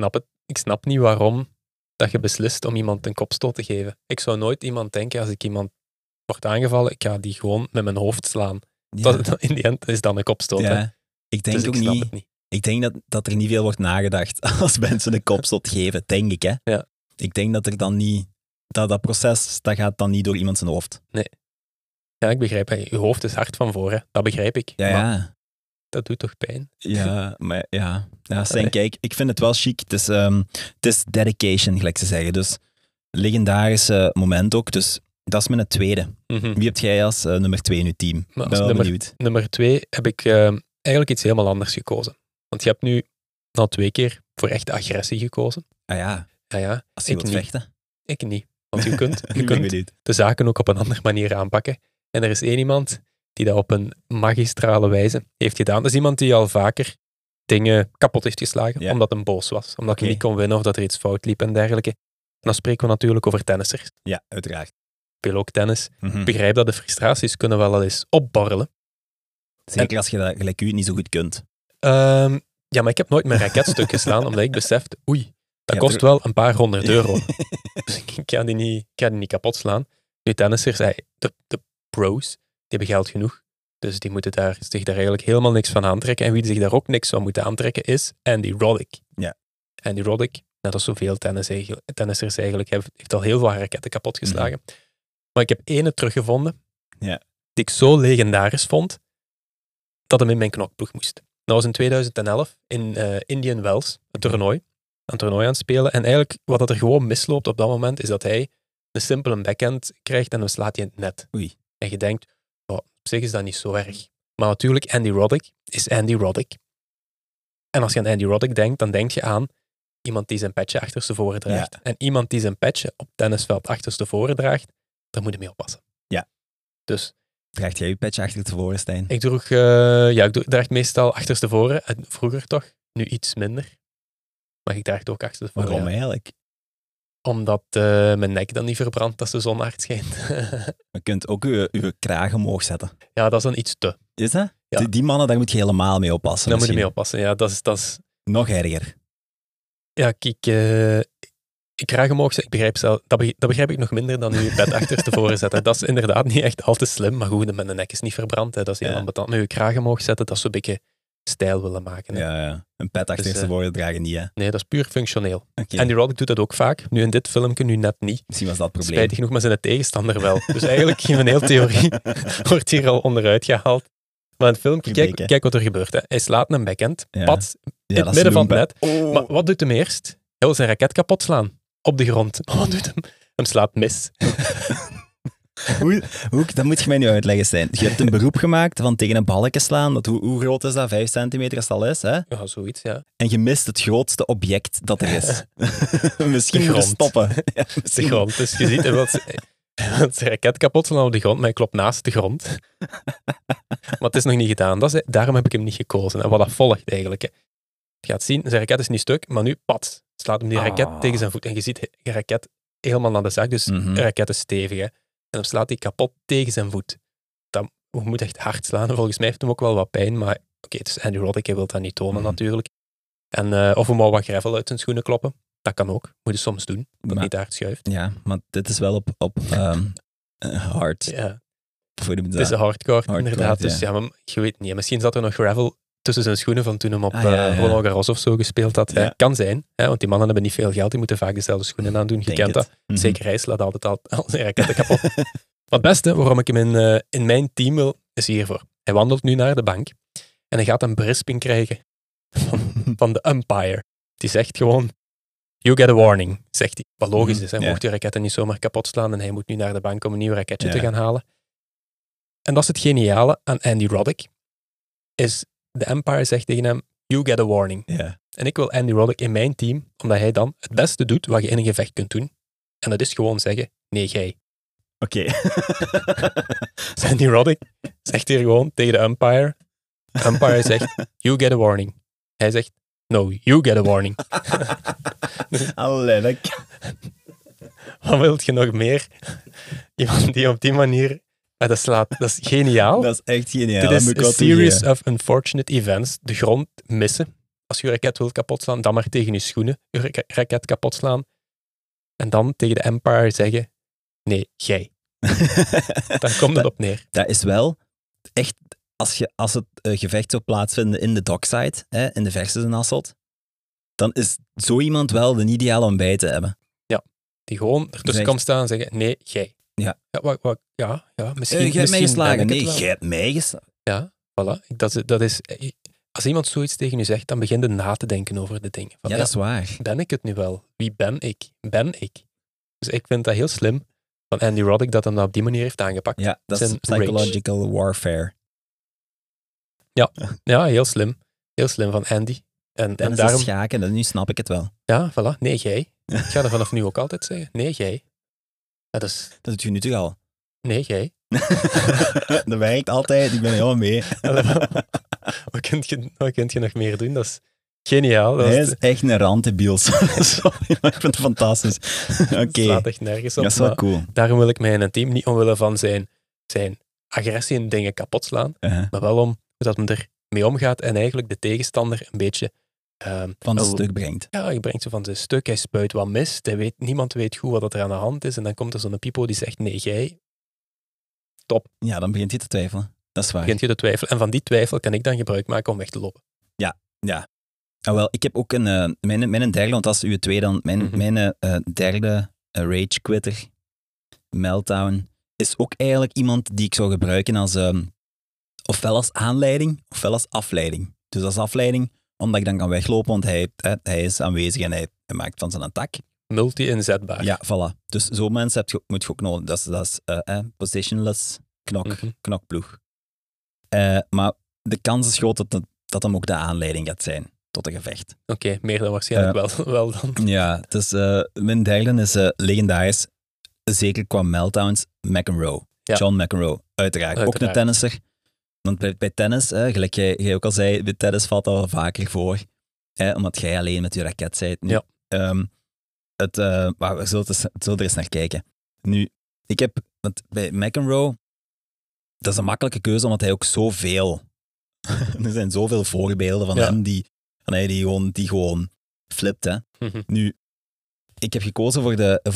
ik snap niet waarom dat je beslist om iemand een kopstoot te geven. Ik zou nooit iemand denken, als ik iemand wordt aangevallen, ik ga die gewoon met mijn hoofd slaan. Ja. In die end is dan een kopstoot. Ja. Hè? Ik denk Dus ook ik snap niet... het niet. Ik denk dat er niet veel wordt nagedacht als mensen een kopstoot geven, denk ik. Hè? Ja. Ik denk dat er dan niet... Dat proces, dat gaat dan niet door iemand zijn hoofd. Nee. Ja, ik begrijp. Je hoofd is hard van voren. Dat begrijp ik. Ja, Maar ja. dat doet toch pijn? Ja, maar ja. Stijn, kijk, ik vind het wel chic. Het is dedication, gelijk ze zeggen. Dus legendarisch moment ook. Dus dat is mijn tweede. Mhm. Wie heb jij als nummer 2 in je team? Maar Ik ben wel benieuwd. Nummer 2 heb ik eigenlijk iets helemaal anders gekozen. Want je hebt nu al 2 keer voor echte agressie gekozen. Ah ja, Ja, als je ik wilt niet. vechten. Ik niet. Want je kunt, Ik ben benieuwd. de zaken ook op een andere manier aanpakken. En er is één iemand die dat op een magistrale wijze heeft gedaan. Dat is iemand die al vaker dingen kapot heeft geslagen, Ja. omdat hij boos was. Omdat hij Oké. niet kon winnen of dat er iets fout liep en dergelijke. En dan spreken we natuurlijk over tennissers. Ja, uiteraard. Ik speel ook tennis. Mhm. Ik begrijp dat de frustraties kunnen wel eens opborrelen. Zeker als je dat gelijk u niet zo goed kunt. Ja, maar ik heb nooit mijn raketstuk geslaan, omdat ik besefte, oei, dat Ja, kost wel een paar €100. Dus ik ga die niet kapot slaan. Nu, tennissers, de pros, die hebben geld genoeg. Dus die moeten zich daar eigenlijk helemaal niks van aantrekken. En wie zich daar ook niks van moet aantrekken, is Andy Roddick. Ja. Andy Roddick, net als zoveel tennissers eigenlijk, heeft al heel veel raketten kapot geslagen. Maar ik heb ene teruggevonden, Ja. die ik zo legendarisch vond, dat hem in mijn knokploeg moest. Dat was in 2011 in Indian Wells, een toernooi aan het spelen. En eigenlijk wat dat er gewoon misloopt op dat moment, is dat hij een simpele backhand krijgt en dan slaat hij in het net. Oei. En je denkt, op zich is dat niet zo erg. Maar natuurlijk, Andy Roddick is Andy Roddick. En als je aan Andy Roddick denkt, dan denk je aan iemand die zijn petje achterstevoren draagt. Ja. En iemand die zijn petje op tennisveld achterstevoren draagt, daar moet je mee oppassen. Ja. Dus Draagt jij je petje achter tevoren, Stijn? ik draag meestal achterstevoren. Vroeger toch, nu iets minder. Maar ik draag het ook achterstevoren. Waarom ja. eigenlijk? Omdat mijn nek dan niet verbrandt als de zon hard schijnt. Je kunt ook je kraag omhoog zetten. Ja, dat is dan iets te. Is dat? Ja. Die mannen, daar moet je helemaal mee oppassen. Daar moet je mee misschien. oppassen. Ja, dat is Nog erger. ja, kijk, ik kraag omhoog zetten, ik begrijp dat begrijp ik nog minder dan je bed achterstevoren zetten. Dat is inderdaad niet echt al te slim, maar goed, mijn nek is niet verbrand. Hè. Dat is heel Ja. ambetant. Maar je kraag omhoog zetten, dat is zo'n beetje stijl willen maken. Hè. Ja. Een pet achter Dus, tevoren dragen niet, hè? Nee, dat is puur functioneel. Oké. Andy Roddick doet dat ook vaak. Nu in dit filmpje, nu net niet. Misschien was dat het probleem. Spijtig genoeg, maar zijn tegenstander wel. Dus eigenlijk, mijn hele theorie wordt hier al onderuit gehaald. Maar in het filmpje, Gebleken. kijk wat er gebeurt. Hè. Hij slaat een backhand, Ja. pats, Ja, in dat het is midden van het loempe. net. Oh. Maar wat doet hem eerst? Hij wil zijn raket kapot slaan. Op de grond. Maar wat doet hem? Hem slaat mis. Dat moet je mij nu uitleggen, Stijn. Je hebt een beroep gemaakt van tegen een balken slaan. Hoe groot is dat? 5 centimeter als het al is, hè? Ja, zoiets, ja. En je mist het grootste object dat er is. Misschien De moet je grond. stoppen. Ja, De misschien. grond. Dus je ziet, hij wil zijn raket kapot slaan op de grond, maar hij klopt naast de grond. Maar het is nog niet gedaan. Daarom heb ik hem niet gekozen. En wat dat volgt eigenlijk. Hè. Je gaat zien, zijn raket is niet stuk, maar nu, pat, slaat hem die raket tegen zijn voet. En je ziet de raket helemaal naar de zak, dus Mhm. de raket is stevig. Hè. En dan slaat hij kapot tegen zijn voet. Dan moet echt hard slaan. Volgens mij heeft hem ook wel wat pijn, maar oké, het is Andy Roddick, hij wil dat niet tonen Mhm. natuurlijk. En of hem al wat gravel uit zijn schoenen kloppen. Dat kan ook. Moet je soms doen, dat Maar- niet hard schuift. Ja, maar dit is wel op hard. Ja. Het is een hardcore, inderdaad. ja. Dus ja, maar je weet niet. Misschien zat er nog gravel tussen zijn schoenen van toen hem op ja. Roland Garros of zo gespeeld had. Ja. Kan zijn, hè, want die mannen hebben niet veel geld. Die moeten vaak dezelfde schoenen aandoen. Je Denk kent het. dat. Zeker hij slaat altijd al zijn raketten kapot. Maar het beste waarom ik hem in mijn team wil, is hiervoor. Hij wandelt nu naar de bank en hij gaat een berisping krijgen van de umpire. Die zegt gewoon, you get a warning, zegt hij. Wat logisch is, hij mocht die raketten niet zomaar kapot slaan en hij moet nu naar de bank om een nieuw raketje te gaan halen. En dat is het geniale aan Andy Roddick, is de umpire zegt tegen hem, you get a warning. Ja. En ik wil Andy Roddick in mijn team, omdat hij dan het beste doet wat je in een gevecht kunt doen. En dat is gewoon zeggen, nee, jij. Oké. Andy Roddick zegt hier gewoon tegen de umpire. De umpire zegt, you get a warning. Hij zegt, no, you get a warning. Allee, Wat wil je nog meer? Iemand die op die manier... dat is geniaal. dat is echt geniaal. Dit is moet ik een wel series toegeven. of unfortunate events. De grond missen. Als je je raket wilt kapot slaan, dan maar tegen je schoenen je raket kapot slaan. En dan tegen de umpire zeggen, nee, jij. Daar komt het op neer. Dat is wel echt, als het gevecht zou plaatsvinden in de dockside, in de versus in Hasselt, dan is zo iemand wel de ideale om bij te hebben. Die gewoon ertussen komt staan en zeggen, nee, jij. Ja. Misschien. Jij hebt mij geslagen. ben ik Nee, het wel. jij hebt mij geslagen. Ja, voilà. Dat is, als iemand zoiets tegen je zegt, dan begin je na te denken over de dingen. Van, Ja, dat is waar. ben ik het nu wel? Wie ben ik? Ben ik? Dus ik vind dat heel slim van Andy Roddick dat hem dat op die manier heeft aangepakt. Ja, dat is Zijn psychological warfare. Ja, heel slim. Heel slim van Andy. En En daarom... is schaken, en nu snap ik het wel. Ja, voilà. Nee, jij. Ik ga er vanaf nu ook altijd zeggen. Nee, jij. Ja, dat is... Dat doet je nu toch al? Nee, jij. Dat werkt altijd, ik ben helemaal mee. Wat kun je nog meer doen? Dat is geniaal. Dat Hij is echt een rantebiels. Sorry, maar ik vind het fantastisch. Oké, slaat echt nergens op. dat is wel maar cool. daarom wil ik mij in een team niet omwille van zijn agressie en dingen kapot slaan, maar wel om hoe dat men er mee omgaat en eigenlijk de tegenstander een beetje... Van het stuk brengt. Ja, hij brengt ze van zijn stuk, hij spuit wat mis, niemand weet goed wat er aan de hand is en dan komt er zo'n pipo die zegt, nee, jij... Top. Ja, dan begint hij te twijfelen. Dat is waar. Begint je te twijfelen. En van die twijfel kan ik dan gebruik maken om weg te lopen. Ja. Ah, wel, ik heb ook mijn derde, want dat is uw tweede, dan mijn derde rage quitter, Meltdown, is ook eigenlijk iemand die ik zou gebruiken als ofwel als aanleiding, ofwel als afleiding. Dus als afleiding, omdat ik dan kan weglopen, want hij is aanwezig en hij maakt van zijn attack. Multi-inzetbaar. Ja, voilà. Dus zo'n mensen moet je ook nodig. Dat is positionless knokploeg. Maar de kans is groot dat hem ook de aanleiding gaat zijn tot een gevecht. Oké, meer dan waarschijnlijk wel dan. Ja, dus mijn derde is legendarisch, zeker qua meltdowns, McEnroe. Ja. John McEnroe, uiteraard. Ook een tennisser. Want bij tennis, gelijk jij ook al zei, bij tennis valt dat wel vaker voor. Omdat jij alleen met je raket bent. Nu, Ja. Maar we zullen er eens naar kijken. Nu, want bij McEnroe, dat is een makkelijke keuze, omdat hij ook zoveel... er zijn zoveel voorbeelden van hem die gewoon flipt. Hè. Nu, ik heb gekozen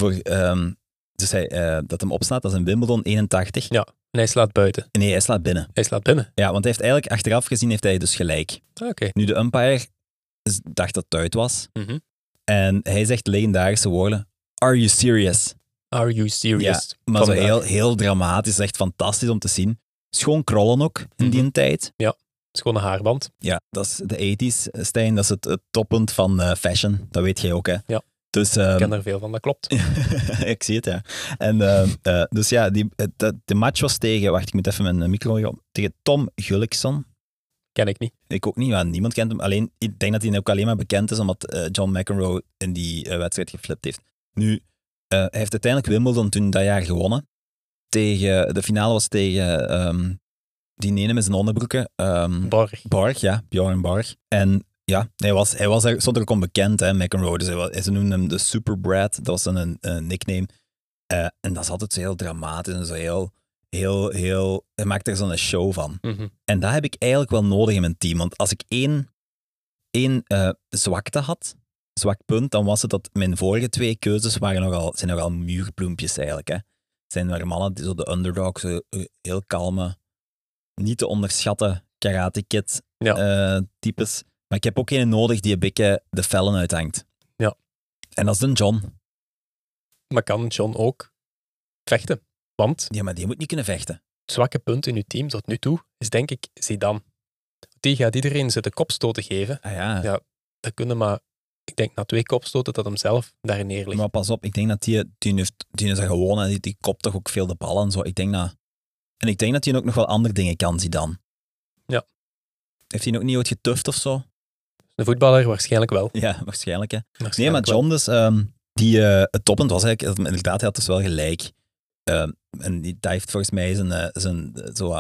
dus dat hem opstaat, dat is een Wimbledon 81. Ja, en hij slaat buiten. Nee, hij slaat binnen. Hij slaat binnen. Ja, want hij heeft eigenlijk achteraf gezien heeft hij dus gelijk. Oké. Nu, de umpire dacht dat het uit was. En hij zegt legendarische woorden. Are you serious? Are you serious? Ja, maar zo heel dramatisch, echt fantastisch om te zien. Schoon krollen ook in die tijd. Ja, het is gewoon een haarband. Ja, dat is de 80s, Stijn. Dat is het toppunt van fashion. Dat weet jij ook, hè? Ja. Dus, Ik ken er veel van, dat klopt. ik zie het, ja. En dus ja, de match was tegen... Wacht, ik moet even mijn micro op. Tegen Tom Gullikson. Ken ik niet. Ik ook niet, ja, niemand kent hem. Alleen, ik denk dat hij ook alleen maar bekend is omdat John McEnroe in die wedstrijd geflipt heeft. Nu, hij heeft uiteindelijk Wimbledon toen dat jaar gewonnen. De finale was tegen die ene met zijn onderbroeken. Borg, ja, Bjorn Borg. En ja, hij stond er ook onbekend, hè, McEnroe. Dus ze noemden hem de Super Brad, dat was een nickname. En dat is altijd zo heel dramatisch en zo heel... Hij maakt er zo'n show van. En dat heb ik eigenlijk wel nodig in mijn team. Want als ik één zwakte had, zwak punt, dan was het dat mijn vorige twee keuzes zijn nogal muurbloempjes eigenlijk. Hè. waren mannen, die zo de underdog, zo heel kalme, niet te onderschatten Karate Kid types. Maar ik heb ook een nodig die een beetje de vellen uithangt. Ja. En dat is een John. Maar kan John ook vechten? Want Ja, maar die moet niet kunnen vechten. het zwakke punt in uw team tot nu toe is denk ik Zidane. Die gaat iedereen ze de kopstoten geven. Ah ja. Ja, dat kunnen maar... Ik denk na 2 kopstoten dat hem zelf daar neerligt. Maar pas op, ik denk dat die is er gewoon en die kopt toch ook veel de ballen en zo. Ik denk dat hij ook nog wel andere dingen kan, Zidane. Ja. Heeft hij ook niet ooit getuft of zo? De voetballer waarschijnlijk wel. Ja, waarschijnlijk hè. Nee, Waarschijnlijk maar John dus, het toppunt was eigenlijk, inderdaad, hij had dus wel gelijk. En dat heeft volgens mij zijn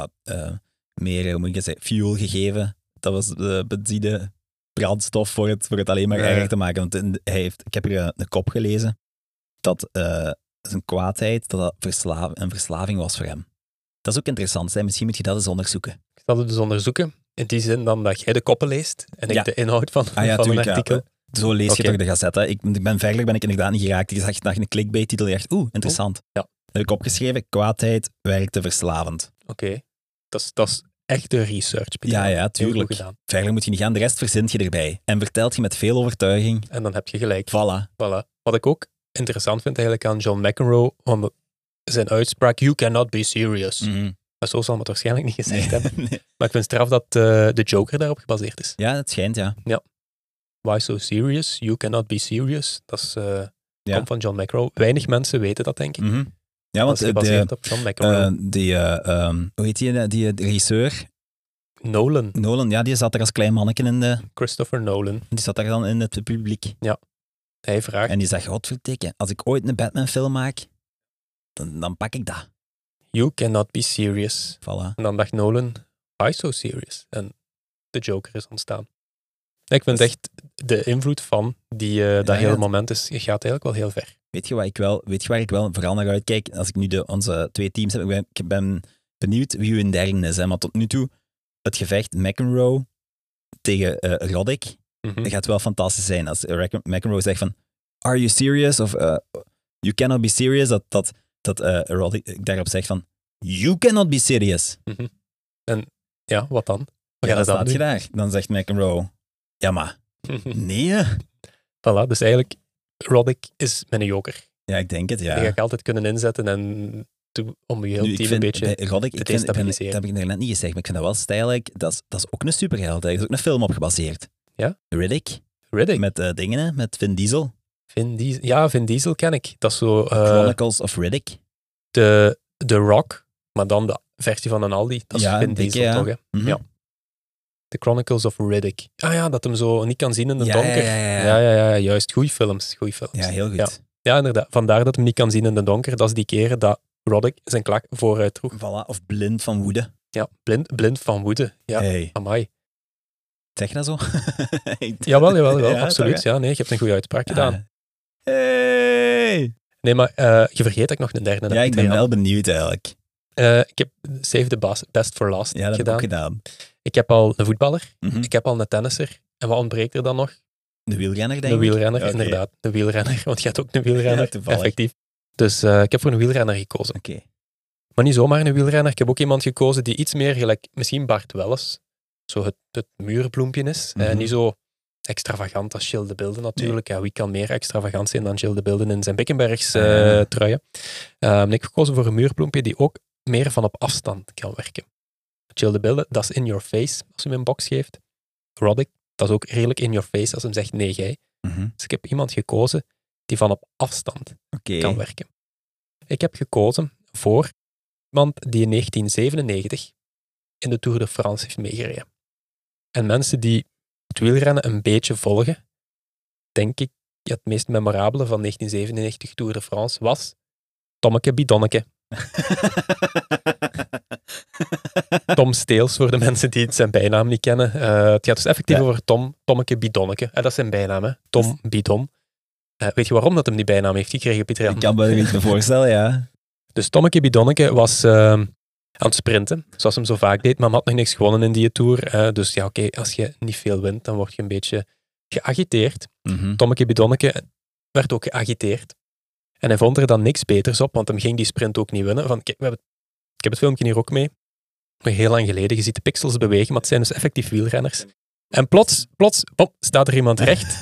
meer, hoe moet ik het zeggen, fuel gegeven. Dat was de benzine, brandstof voor het alleen maar erger te maken. Want ik heb hier een kop gelezen dat zijn kwaadheid, dat een verslaving was voor hem. Dat is ook interessant. Hè? Misschien moet je dat eens onderzoeken. Ik zal het dus onderzoeken. In die zin dan dat jij de koppen leest en ik de inhoud van een artikel. Ja. Zo lees je toch de Gazette. Ik ben ik inderdaad niet geraakt. Ik zag naar een clickbait-titel en dacht, interessant. Ja. Dat heb ik opgeschreven. Kwaadheid werkte verslavend. Oké. Dat is echte research. Pieter. Ja, tuurlijk. Verder moet je niet gaan. De rest verzint je erbij. En vertelt je met veel overtuiging. En dan heb je gelijk. Voilà. Wat ik ook interessant vind eigenlijk aan John McEnroe, want zijn uitspraak, you cannot be serious. Mm-hmm. Maar zo zal het waarschijnlijk niet gezegd hebben. Nee. Maar ik vind het straf dat de Joker daarop gebaseerd is. Ja, het schijnt, ja. Why so serious? You cannot be serious. Dat is, komt van John McEnroe. Weinig mensen weten dat, denk ik. Mm-hmm. Ja, want dat is gebaseerd op John McEnroe. Hoe heet die regisseur? Nolan, ja, die zat er als klein manneke in de... Christopher Nolan. Die zat daar dan in het publiek. Ja. Hij vraagt... En die zegt, godverdikke, als ik ooit een Batman-film maak, dan pak ik dat. You cannot be serious. Voilà. En dan dacht Nolan, why so serious? En de Joker is ontstaan. Ik vind echt de invloed van dat hele moment gaat eigenlijk wel heel ver. Weet je waar ik wel vooral naar uitkijk? Als ik nu onze 2 teams heb, ik ben benieuwd wie hun derde is. Hè? Maar tot nu toe, het gevecht McEnroe tegen Roddick, dat gaat wel fantastisch zijn. Als McEnroe zegt van, are you serious? Of you cannot be serious. Dat Roddick daarop zegt van, you cannot be serious. Mm-hmm. En ja, wat dan? Dan staat je daar. Dan zegt McEnroe, ja maar, nee. Voilà, dus eigenlijk, Roddick is mijn joker. Ja, ik denk het, ja. Die ga ik altijd kunnen inzetten om je heel team een beetje te destabiliseren. Dat heb ik net niet gezegd, maar ik vind dat wel stijllijk. Dat is ook een superheld. Daar is ook een film op gebaseerd. Ja? Riddick. Met Vin Diesel. Vin Diesel ken ik. Dat is zo... Chronicles of Riddick. The Rock, maar dan de versie van een Aldi. Dat is Vin Diesel toch, hè? Mm-hmm. Ja. The Chronicles of Riddick. Ah ja, dat hem zo niet kan zien in de donker. Ja, juist. Goeie films. Ja, heel goed. Ja, inderdaad. Vandaar dat hem niet kan zien in de donker. Dat is die keren dat Roddick zijn klak vooruit droeg. Voilà, of blind van woede. Ja, blind van woede. Ja, hey. Amai. Zeg je dat zo? Jawel, ja, absoluut. Ja, nee, je hebt een goede uitspraak gedaan. Hey. Nee, maar je vergeet dat ik nog een derde heb. Ja, ik ben wel benieuwd eigenlijk. Ik heb Save the Best for Last gedaan. Ja, dat heb ik ook gedaan. Ik heb al een voetballer. Mm-hmm. Ik heb al een tennisser. En wat ontbreekt er dan nog? De wielrenner, denk ik. De wielrenner, okay. Inderdaad. De wielrenner, want je hebt ook een wielrenner. Ja, effectief. Dus ik heb voor een wielrenner gekozen. Okay. Maar niet zomaar een wielrenner. Ik heb ook iemand gekozen die iets meer gelijk, misschien Bart Welles, zo het muurbloempje is. Mm-hmm. Niet zo extravagant als Gilles de Bilde natuurlijk. Nee. Ja, wie kan meer extravagant zijn dan Gilles de Bilde in zijn Bickenbergs truien. Ik heb gekozen voor een muurbloempje die ook meer van op afstand kan werken. Gilles de Bilde, dat is in your face als je hem een box geeft. Roddick, dat is ook redelijk in your face als hem zegt nee, jij. Mm-hmm. Dus ik heb iemand gekozen die van op afstand kan werken. Ik heb gekozen voor iemand die in 1997 in de Tour de France heeft meegereden. En mensen die het wielrennen een beetje volgen, denk ik, het meest memorabele van 1997 Tour de France was Tommeke Bidonneke. Tom Steels, voor de mensen die zijn bijnaam niet kennen. Het gaat dus effectief over Tommeke Bidonneke. Dat is zijn bijnaam, hè? Tom Bidon. Weet je waarom dat hem die bijnaam heeft gekregen, Pieter Jan? Ik kan me er iets voorstellen, ja. Dus Tommeke Bidonneke was aan het sprinten, zoals hem zo vaak deed, maar had nog niks gewonnen in die Tour. Dus ja, oké, als je niet veel wint, dan word je een beetje geagiteerd. Mm-hmm. Tommeke Bidonneke werd ook geagiteerd. En hij vond er dan niks beters op, want hem ging die sprint ook niet winnen. Van, kijk, ik heb het filmpje hier ook mee. Nog heel lang geleden. Je ziet de pixels bewegen, maar het zijn dus effectief wielrenners. En plots, staat er iemand recht.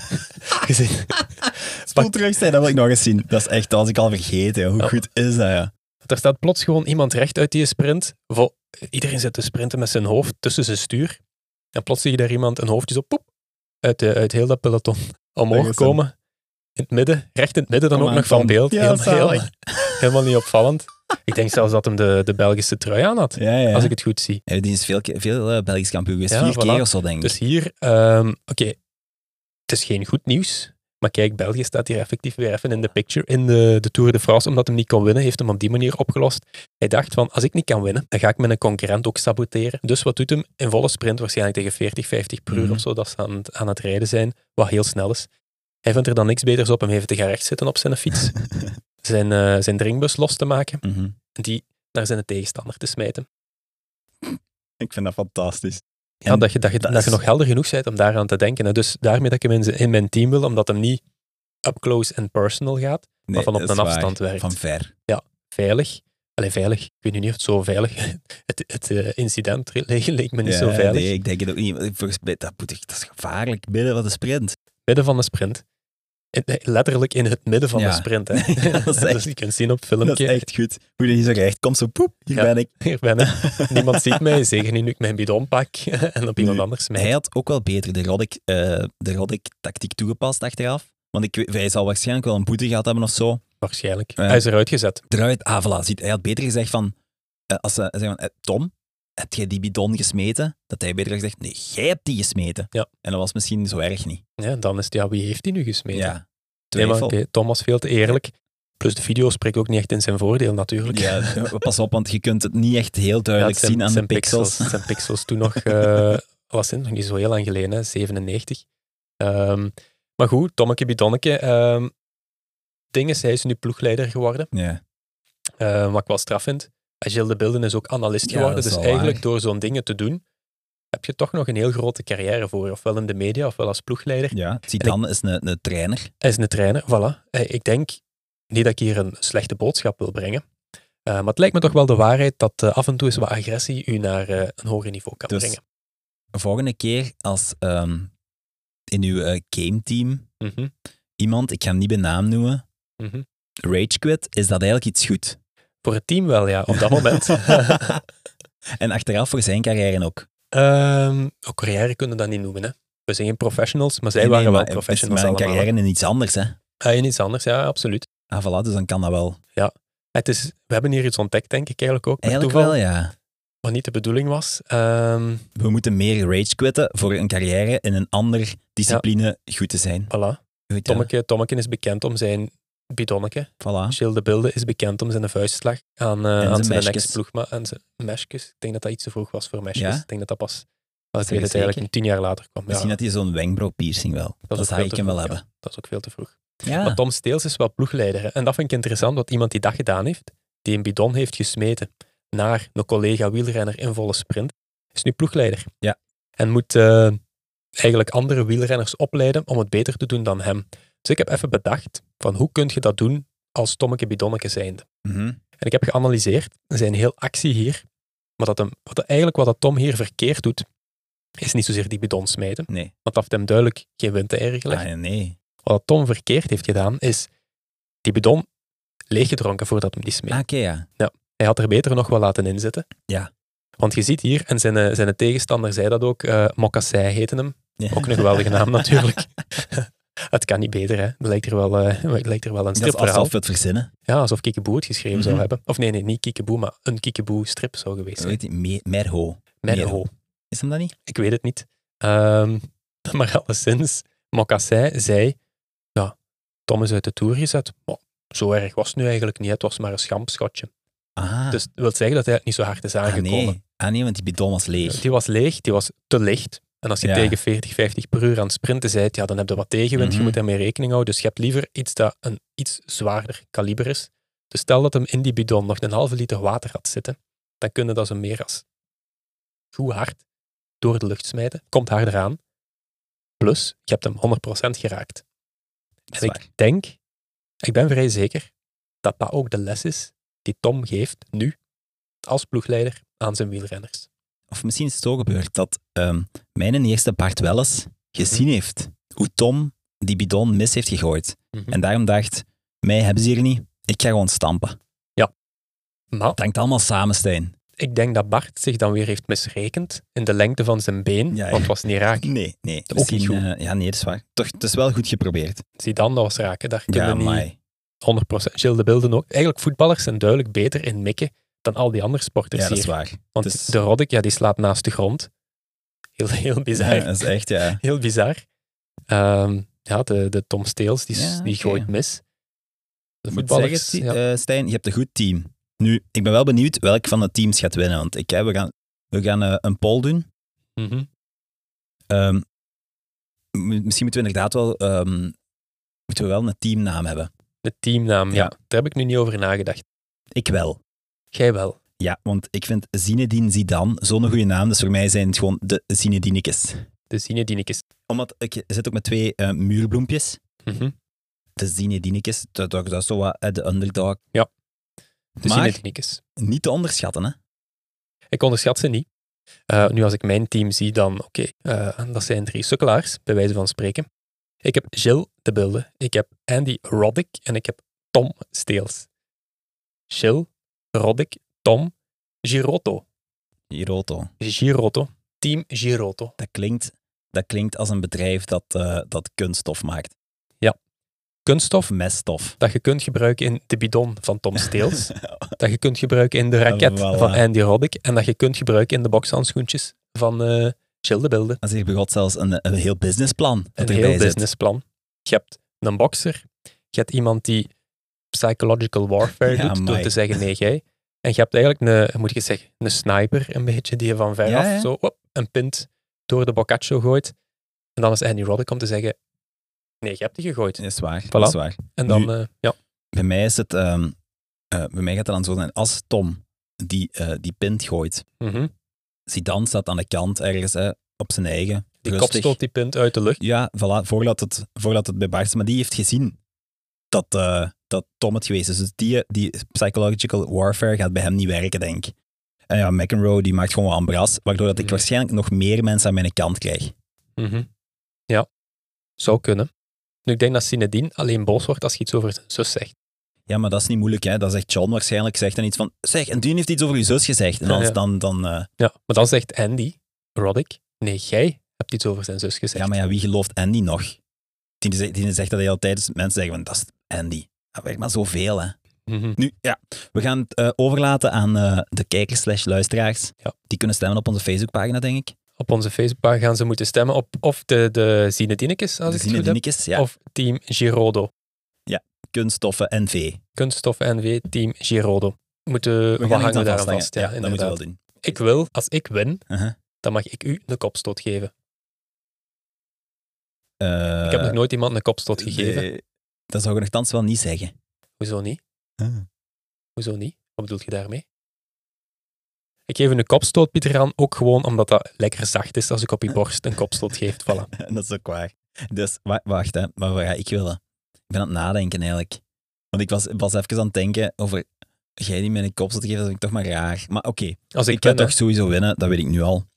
Spoel terug zijn, dat wil ik nog eens zien. Dat is echt, dat was ik al vergeten. Hoe goed is dat, ja? Er staat plots gewoon iemand recht uit die sprint. Iedereen zit te sprinten met zijn hoofd tussen zijn stuur. En plots zie je daar iemand een hoofdje zo poep, uit heel dat peloton omhoog komen. In het midden, recht in het midden dan ook nog van beeld. Ja, helemaal niet opvallend. Ik denk zelfs dat hem de Belgische trui aan had, als ik het goed zie. Ja, die is veel Belgisch kampioen geweest, 4 keer of zo, denk ik. Dus hier, oké, het is geen goed nieuws. Maar kijk, België staat hier effectief weer even in de picture in de Tour de France, omdat hij niet kon winnen, heeft hem op die manier opgelost. Hij dacht van, als ik niet kan winnen, dan ga ik mijn concurrent ook saboteren. Dus wat doet hem? In volle sprint, waarschijnlijk tegen 40, 50 per uur of zo, dat ze aan het rijden zijn, wat heel snel is. Hij vindt er dan niks beters op hem even te gaan rechtszitten op zijn fiets, zijn dringbus los te maken en die naar zijn tegenstander te smijten. Ik vind dat fantastisch. Ja, dat je nog helder genoeg bent om daaraan te denken. Hè. Dus daarmee dat ik hem in mijn team wil, omdat hem niet up close and personal gaat, maar van op een afstand werkt. Van ver. Ja, veilig. Veilig. Ik weet niet of het zo veilig het incident leek me niet zo veilig. Nee, ik denk het ook niet. Dat is gevaarlijk, midden van de sprint. Midden van de sprint. Letterlijk in het midden van de sprint. Hè. Ja, dat is echt, dus je kunt zien op het filmpje. Dat is echt goed. Hoe je zo recht komt, zo poep, hier ben ik. Hier ben ik. Niemand ziet mij, zeker niet nu ik mijn bidon pak en op iemand anders smijt. Hij had ook wel beter de Roddick-tactiek toegepast achteraf. Want hij zal waarschijnlijk wel een boete gehad hebben of zo. Waarschijnlijk. Hij is eruit gezet. Voilà, ziet. Hij had beter gezegd van, Tom, heb jij die bidon gesmeten? Dat hij beter gezegd, nee, jij hebt die gesmeten. Ja. En dat was misschien zo erg niet. Ja, dan is het, wie heeft die nu gesmeten? Ja, Tom was veel te eerlijk. Plus de video spreekt ook niet echt in zijn voordeel natuurlijk. Ja, pas op, want je kunt het niet echt heel duidelijk zien aan de pixels. Zijn pixels toen nog, was nog niet zo heel lang geleden, hè, 97. Maar goed, Tommeke Bidonneke. Hij is nu ploegleider geworden. Ja. Wat ik wel straf vind. Gilles de Bilden is ook analist geworden. Dus eigenlijk door zo'n dingen te doen, heb je toch nog een heel grote carrière voor. Ofwel in de media, ofwel als ploegleider. Ja, Zidane is een trainer. Hij is een trainer, voilà. Ik denk niet dat ik hier een slechte boodschap wil brengen. Maar het lijkt me toch wel de waarheid dat af en toe eens wat agressie u naar een hoger niveau kan brengen. Volgende keer als in uw gameteam iemand, ik ga hem niet bij naam noemen, rage quit, is dat eigenlijk iets goed? Voor het team wel, ja, op dat moment. En achteraf voor zijn carrière ook? Ook carrière kunnen we dat niet noemen. Hè. We zijn geen professionals, maar zij waren wel professionals maar allemaal. Maar een carrière in iets anders, hè? In iets anders, ja, absoluut. Ah, voilà, dus dan kan dat wel. Ja, we hebben hier iets ontdekt, denk ik eigenlijk ook. Eigenlijk toeval, wel, ja. Wat niet de bedoeling was. We moeten meer rage quitten voor een carrière in een andere discipline goed te zijn. Voilà. Tommeke is bekend om zijn bidonneke. Voilà. Gilles de Bilde is bekend om zijn vuistslag aan zijn ex-ploeg. En zijn mesjes. Ik denk dat dat iets te vroeg was voor mesjes. Ja? Ik denk dat dat pas... Ik weet het eigenlijk 10 jaar later kwam. Misschien had hij zo'n wenkbrauwpiercing wel. Dat zou ik hem wel hebben. Dat is ook veel te vroeg. Ja. Maar Tom Steels is wel ploegleider. Hè? En dat vind ik interessant, want iemand die dat gedaan heeft, die een bidon heeft gesmeten naar een collega wielrenner in volle sprint, is nu ploegleider. Ja. En moet eigenlijk andere wielrenners opleiden om het beter te doen dan hem. Dus ik heb even bedacht, van hoe kun je dat doen als Tommeke Bidonneke zijnde? En ik heb geanalyseerd, zijn heel actie hier, maar wat Tom hier verkeerd doet, is niet zozeer die bidon smijten. Nee. Want dat heeft hem duidelijk geen windeieren gelegd. Ah, nee. Wat Tom verkeerd heeft gedaan, is die bidon leeggedronken voordat hem die smeet. Oké, ja. Hij had er beter nog wel laten inzitten. Ja. Want je ziet hier, en zijn tegenstander zei dat ook, Mocassai heette hem. Ja. Ook een geweldige naam natuurlijk. Het kan niet beter, hè. Het lijkt er wel een stripverhaal. Alsof we het verzinnen. Ja, alsof Kiekeboe het geschreven zou hebben. Of nee, niet Kiekeboe, maar een Kiekeboe-strip zou geweest zijn. Weet je, Merho. Is hem dat niet? Ik weet het niet. Maar alleszins, Mocassai zei, ja, Tom is uit de Tour gezet. Oh, zo erg was het nu eigenlijk niet. Het was maar een schampschotje. Ah. Dus dat wil zeggen dat hij niet zo hard is aangekomen. Nee, want die bidon was leeg. Die was leeg, die was te licht. En als je tegen 40, 50 per uur aan het sprinten bent, ja, dan heb je wat tegenwind. Je moet daarmee rekening houden. Dus je hebt liever iets dat een iets zwaarder kaliber is. Dus stel dat hem in die bidon nog een halve liter water had zitten, dan kunnen dat ze meer als goed hard door de lucht smijten. Komt harder aan. Plus, je hebt hem 100% geraakt. En ik ben vrij zeker dat dat ook de les is die Tom geeft, nu, als ploegleider, aan zijn wielrenners. Of misschien is het zo gebeurd dat mijn eerste Bart Welles gezien heeft hoe Tom die bidon mis heeft gegooid. En daarom dacht, mij hebben ze hier niet, ik ga gewoon stampen. Maar Het hangt allemaal samen, Stijn. ik denk dat Bart zich dan weer heeft misrekend in de lengte van zijn been, Ja, ja. want het was niet raak. Nee. Ook niet Misschien, goed. nee, dat is waar. Toch, het is wel goed geprobeerd. Zidane, dat was raken. Daar kunnen Ja, we niet amai. 100%. Gilles de Bilden ook. Eigenlijk, voetballers zijn duidelijk beter in mikken dan al die andere sporters Ja, dat is hier. waar. Want Dus- de Roddick, ja, die slaat naast de grond. Heel bizar. Ja, dat is echt, ja. Heel bizar. De Tom Steels, die Oké. gooit mis. De Ik moet voetballers, zeggen, Stijn, je hebt een goed team. Nu, ik ben wel benieuwd welk van de teams gaat winnen. Want we gaan een poll doen. Mhm. Misschien moeten we inderdaad wel een teamnaam hebben. De teamnaam, ja. Ja. Daar heb ik nu niet over nagedacht. Ik wel. Jij wel. Ja, want ik vind Zinedine Zidane zo'n goede naam. Dus voor mij zijn het gewoon de Zinedinekes. De Zinedinekes. Omdat ik zit ook met 2 muurbloempjes. Mhm. De Zinedinekes, dat is zo wat de underdog. De Maar Zinedinekes. niet te onderschatten, hè. Ik onderschat ze niet. Nu, als ik mijn team zie, dan dat zijn 3 sukkelaars, bij wijze van spreken. Ik heb Gilles de Bilde, ik heb Andy Roddick en ik heb Tom Steels. Gilles, Roddick, Tom, Girotto. Girotto. Team Girotto. Dat klinkt als een bedrijf dat kunststof maakt. Kunststof Of meststof. dat je kunt gebruiken in de bidon van Tom Steels, dat je kunt gebruiken in de raket Voilà. van Andy Roddick en dat je kunt gebruiken in de bokshandschoentjes van Gilles de Bilde. Als hier begot zelfs een heel businessplan dat Een erbij heel zit. businessplan. Je hebt een bokser, je hebt iemand die psychological warfare Ja, doet, door amai. te zeggen nee, jij. En je hebt eigenlijk een sniper, een beetje, die je van veraf Ja, ja. zo een pint door de boccaccio gooit. En dan is Andy Roddick om te zeggen, nee, je hebt die gegooid. Dat is waar. Voilà. Dat is waar. En dan, Bij mij is het... bij mij gaat het dan zo zijn, als Tom die pint gooit, mhm. Zidane staat aan de kant ergens op zijn eigen. Die rustig. kop stoot die pint uit de lucht. Ja, voilà, voordat het bij Bart is. Maar die heeft gezien dat Tom het geweest is. Dus die psychological warfare gaat bij hem niet werken, denk ik. En ja, McEnroe die maakt gewoon wat ambras, waardoor dat ik Mhm. waarschijnlijk nog meer mensen aan mijn kant krijg. Mhm. Ja, zou kunnen. Nu, ik denk dat Zinedine alleen boos wordt als je iets over zijn zus zegt. Ja, maar dat is niet moeilijk, hè. Dat zegt John waarschijnlijk, zegt dan iets van, zeg, en die heeft iets over je zus gezegd. En Ja, ja. dan Ja, maar dan zegt Andy Roddick, nee, jij hebt iets over zijn zus gezegd. ja, maar ja, wie gelooft Andy nog? Die zegt dat hij altijd is, mensen zeggen van, dat is Andy. Dat werkt maar zoveel, hè. Mhm. Nu, ja, we gaan het overlaten aan de kijkers/luisteraars. Ja. Die kunnen stemmen op onze Facebookpagina, denk ik. Op onze Facebookpagina gaan ze moeten stemmen op of de Zinedinekes, als De ik het goed heb, Zinedinekes, ja. of Team Girodo. Kunststoffen NV. Kunststof NV, Team Girodo. Wat hangen we daar aan vast? Ja, dat moeten we wel inderdaad. doen. Ik wil, als ik win, Uh-huh. dan mag ik u een kopstoot geven. Ik heb nog nooit iemand een kopstoot gegeven. Dat zou je nogthans wel niet zeggen. Hoezo niet? Ah. Hoezo niet? Wat bedoel je daarmee? Ik geef een kopstoot, Pieter Jan, ook gewoon omdat dat lekker zacht is als ik op je borst een kopstoot geef. Voilà. Dat is ook waar. Dus, wacht, hè. Maar wat ga ik willen? Ik ben aan het nadenken, eigenlijk. Want ik was even aan het denken over... Jij die mij een kopstoot geeft, dat vind ik toch maar raar. Maar oké, Als ik ik ga win, hè. toch sowieso winnen, dat weet ik nu al.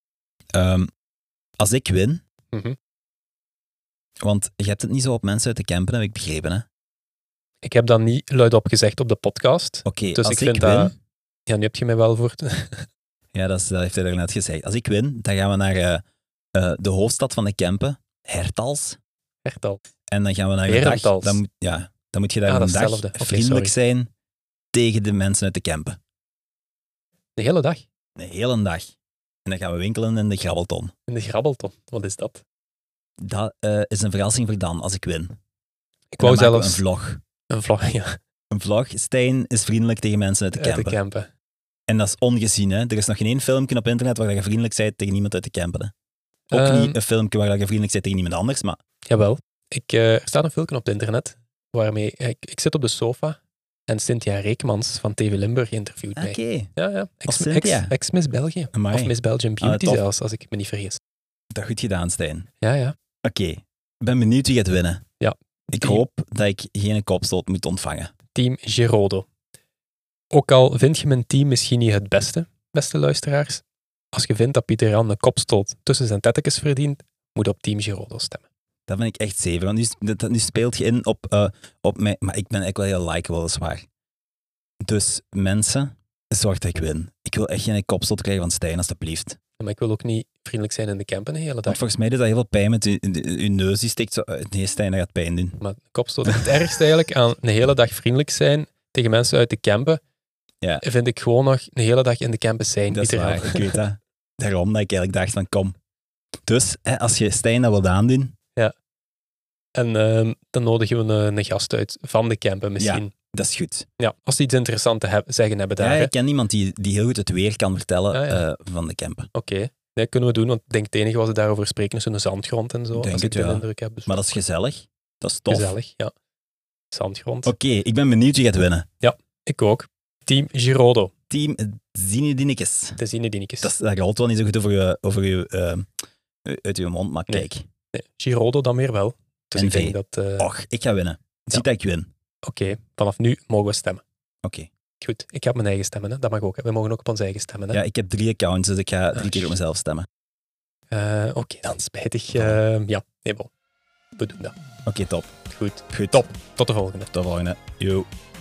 Als ik win... Mhm. Want je hebt het niet zo op mensen uit te campen, heb ik begrepen, hè? Ik heb dat niet luidop gezegd op de podcast. Oké, Dus als ik vind win... dat... Ja, nu heb je mij wel voor... Ja, dat heeft hij net gezegd. Als ik win, dan gaan we naar de hoofdstad van de Kempen, Hertals. Echt al. En dan gaan we naar een dag... Herentals. Dan moet je daar Ah, een dat is dag hetzelfde. Oké, vriendelijk sorry. zijn tegen de mensen uit de Kempen. De hele dag. Een hele dag. En dan gaan we winkelen in de Grabbelton. In de grabbelton. Wat is dat? Dat is een verrassing voor Dan, als ik win. Ik wou Dan maken we zelfs... een vlog. Een vlog, ja. Een vlog. Stijn is vriendelijk tegen mensen uit de Uit de Kempen. campen. En dat is ongezien, hè. Er is nog geen één filmpje op internet waar je vriendelijk bent tegen iemand uit de Kempen, hè. Ook Ehm, niet een filmpje waar je vriendelijk bent tegen iemand anders, maar... Jawel. Er staat een filmpje op het internet waarmee... Ik zit op de sofa en Cynthia Reekmans van TV Limburg interviewt mij. Oké, Ja, ja. Cynthia? Ex-Miss België. amai. Of Miss Belgium Beauty tof. zelfs, als ik me niet vergis. Dat goed gedaan, Stijn. Ja, ja. Oké, ik ben benieuwd wie gaat winnen. Ja. Ik hoop dat ik geen kopstoot moet ontvangen. Team Girodo. Ook al vind je mijn team misschien niet het beste luisteraars, als je vindt dat Pieter Jan een kopstoot tussen zijn tettekes verdient, moet je op Team Girodo stemmen. Dat ben ik echt zeven. Want nu speelt je in op mij. Maar ik ben echt wel heel likeable, dat is waar. Dus mensen, zorg dat ik win. Ik wil echt geen kopstoot krijgen van Stijn, alstublieft. Maar ik wil ook niet vriendelijk zijn in de campen de hele dag. Want volgens mij doet dat heel veel pijn met je neus. Die steekt zo... Nee, Stijn, dat gaat pijn doen. Maar kopstoot, het ergste eigenlijk aan een hele dag vriendelijk zijn tegen mensen uit de campen, Ja. vind ik gewoon nog een hele dag in de campen zijn. Dat is Pieter Jan. waar, ik weet dat. Daarom dat ik eigenlijk dacht van kom. Dus, als je Stijn dat wilt aandoen... En dan nodigen we een gast uit van de campen misschien. Dat is goed. Ja, als die iets interessants te zeggen hebben daar. Ja, hè. ik ken iemand die heel goed het weer kan vertellen van de campen. Oké. Nee, kunnen we doen, want ik denk het enige wat ze daarover spreken is een zandgrond en zo. Denk als ik het, de ja. indruk heb. Dus Maar dat is gezellig. Dat is tof. gezellig, ja. Zandgrond. Oké, ik ben benieuwd wie gaat winnen. Ik ook. Team Girodo. Team Zinedinekes. De Zinedinekes. Dat rolt wel niet zo goed uit uw mond, maar Nee. kijk. Nee, Girodo dan weer wel. Dus En ik denk V. dat... Och, ik ga winnen. Ziet dat ik win. Oké, vanaf nu mogen we stemmen. Oké. Goed, ik heb mijn eigen stemmen. Hè. Dat mag ook. Hè. We mogen ook op ons eigen stemmen. Hè. Ja, ik heb 3 accounts, dus ik ga 3 keer op shit. mezelf stemmen. Oké, dan spijtig. Ja, nee, bon. We doen dat. Oké, top. Goed. Goed. Top. Tot de volgende. Tot de volgende. Yo.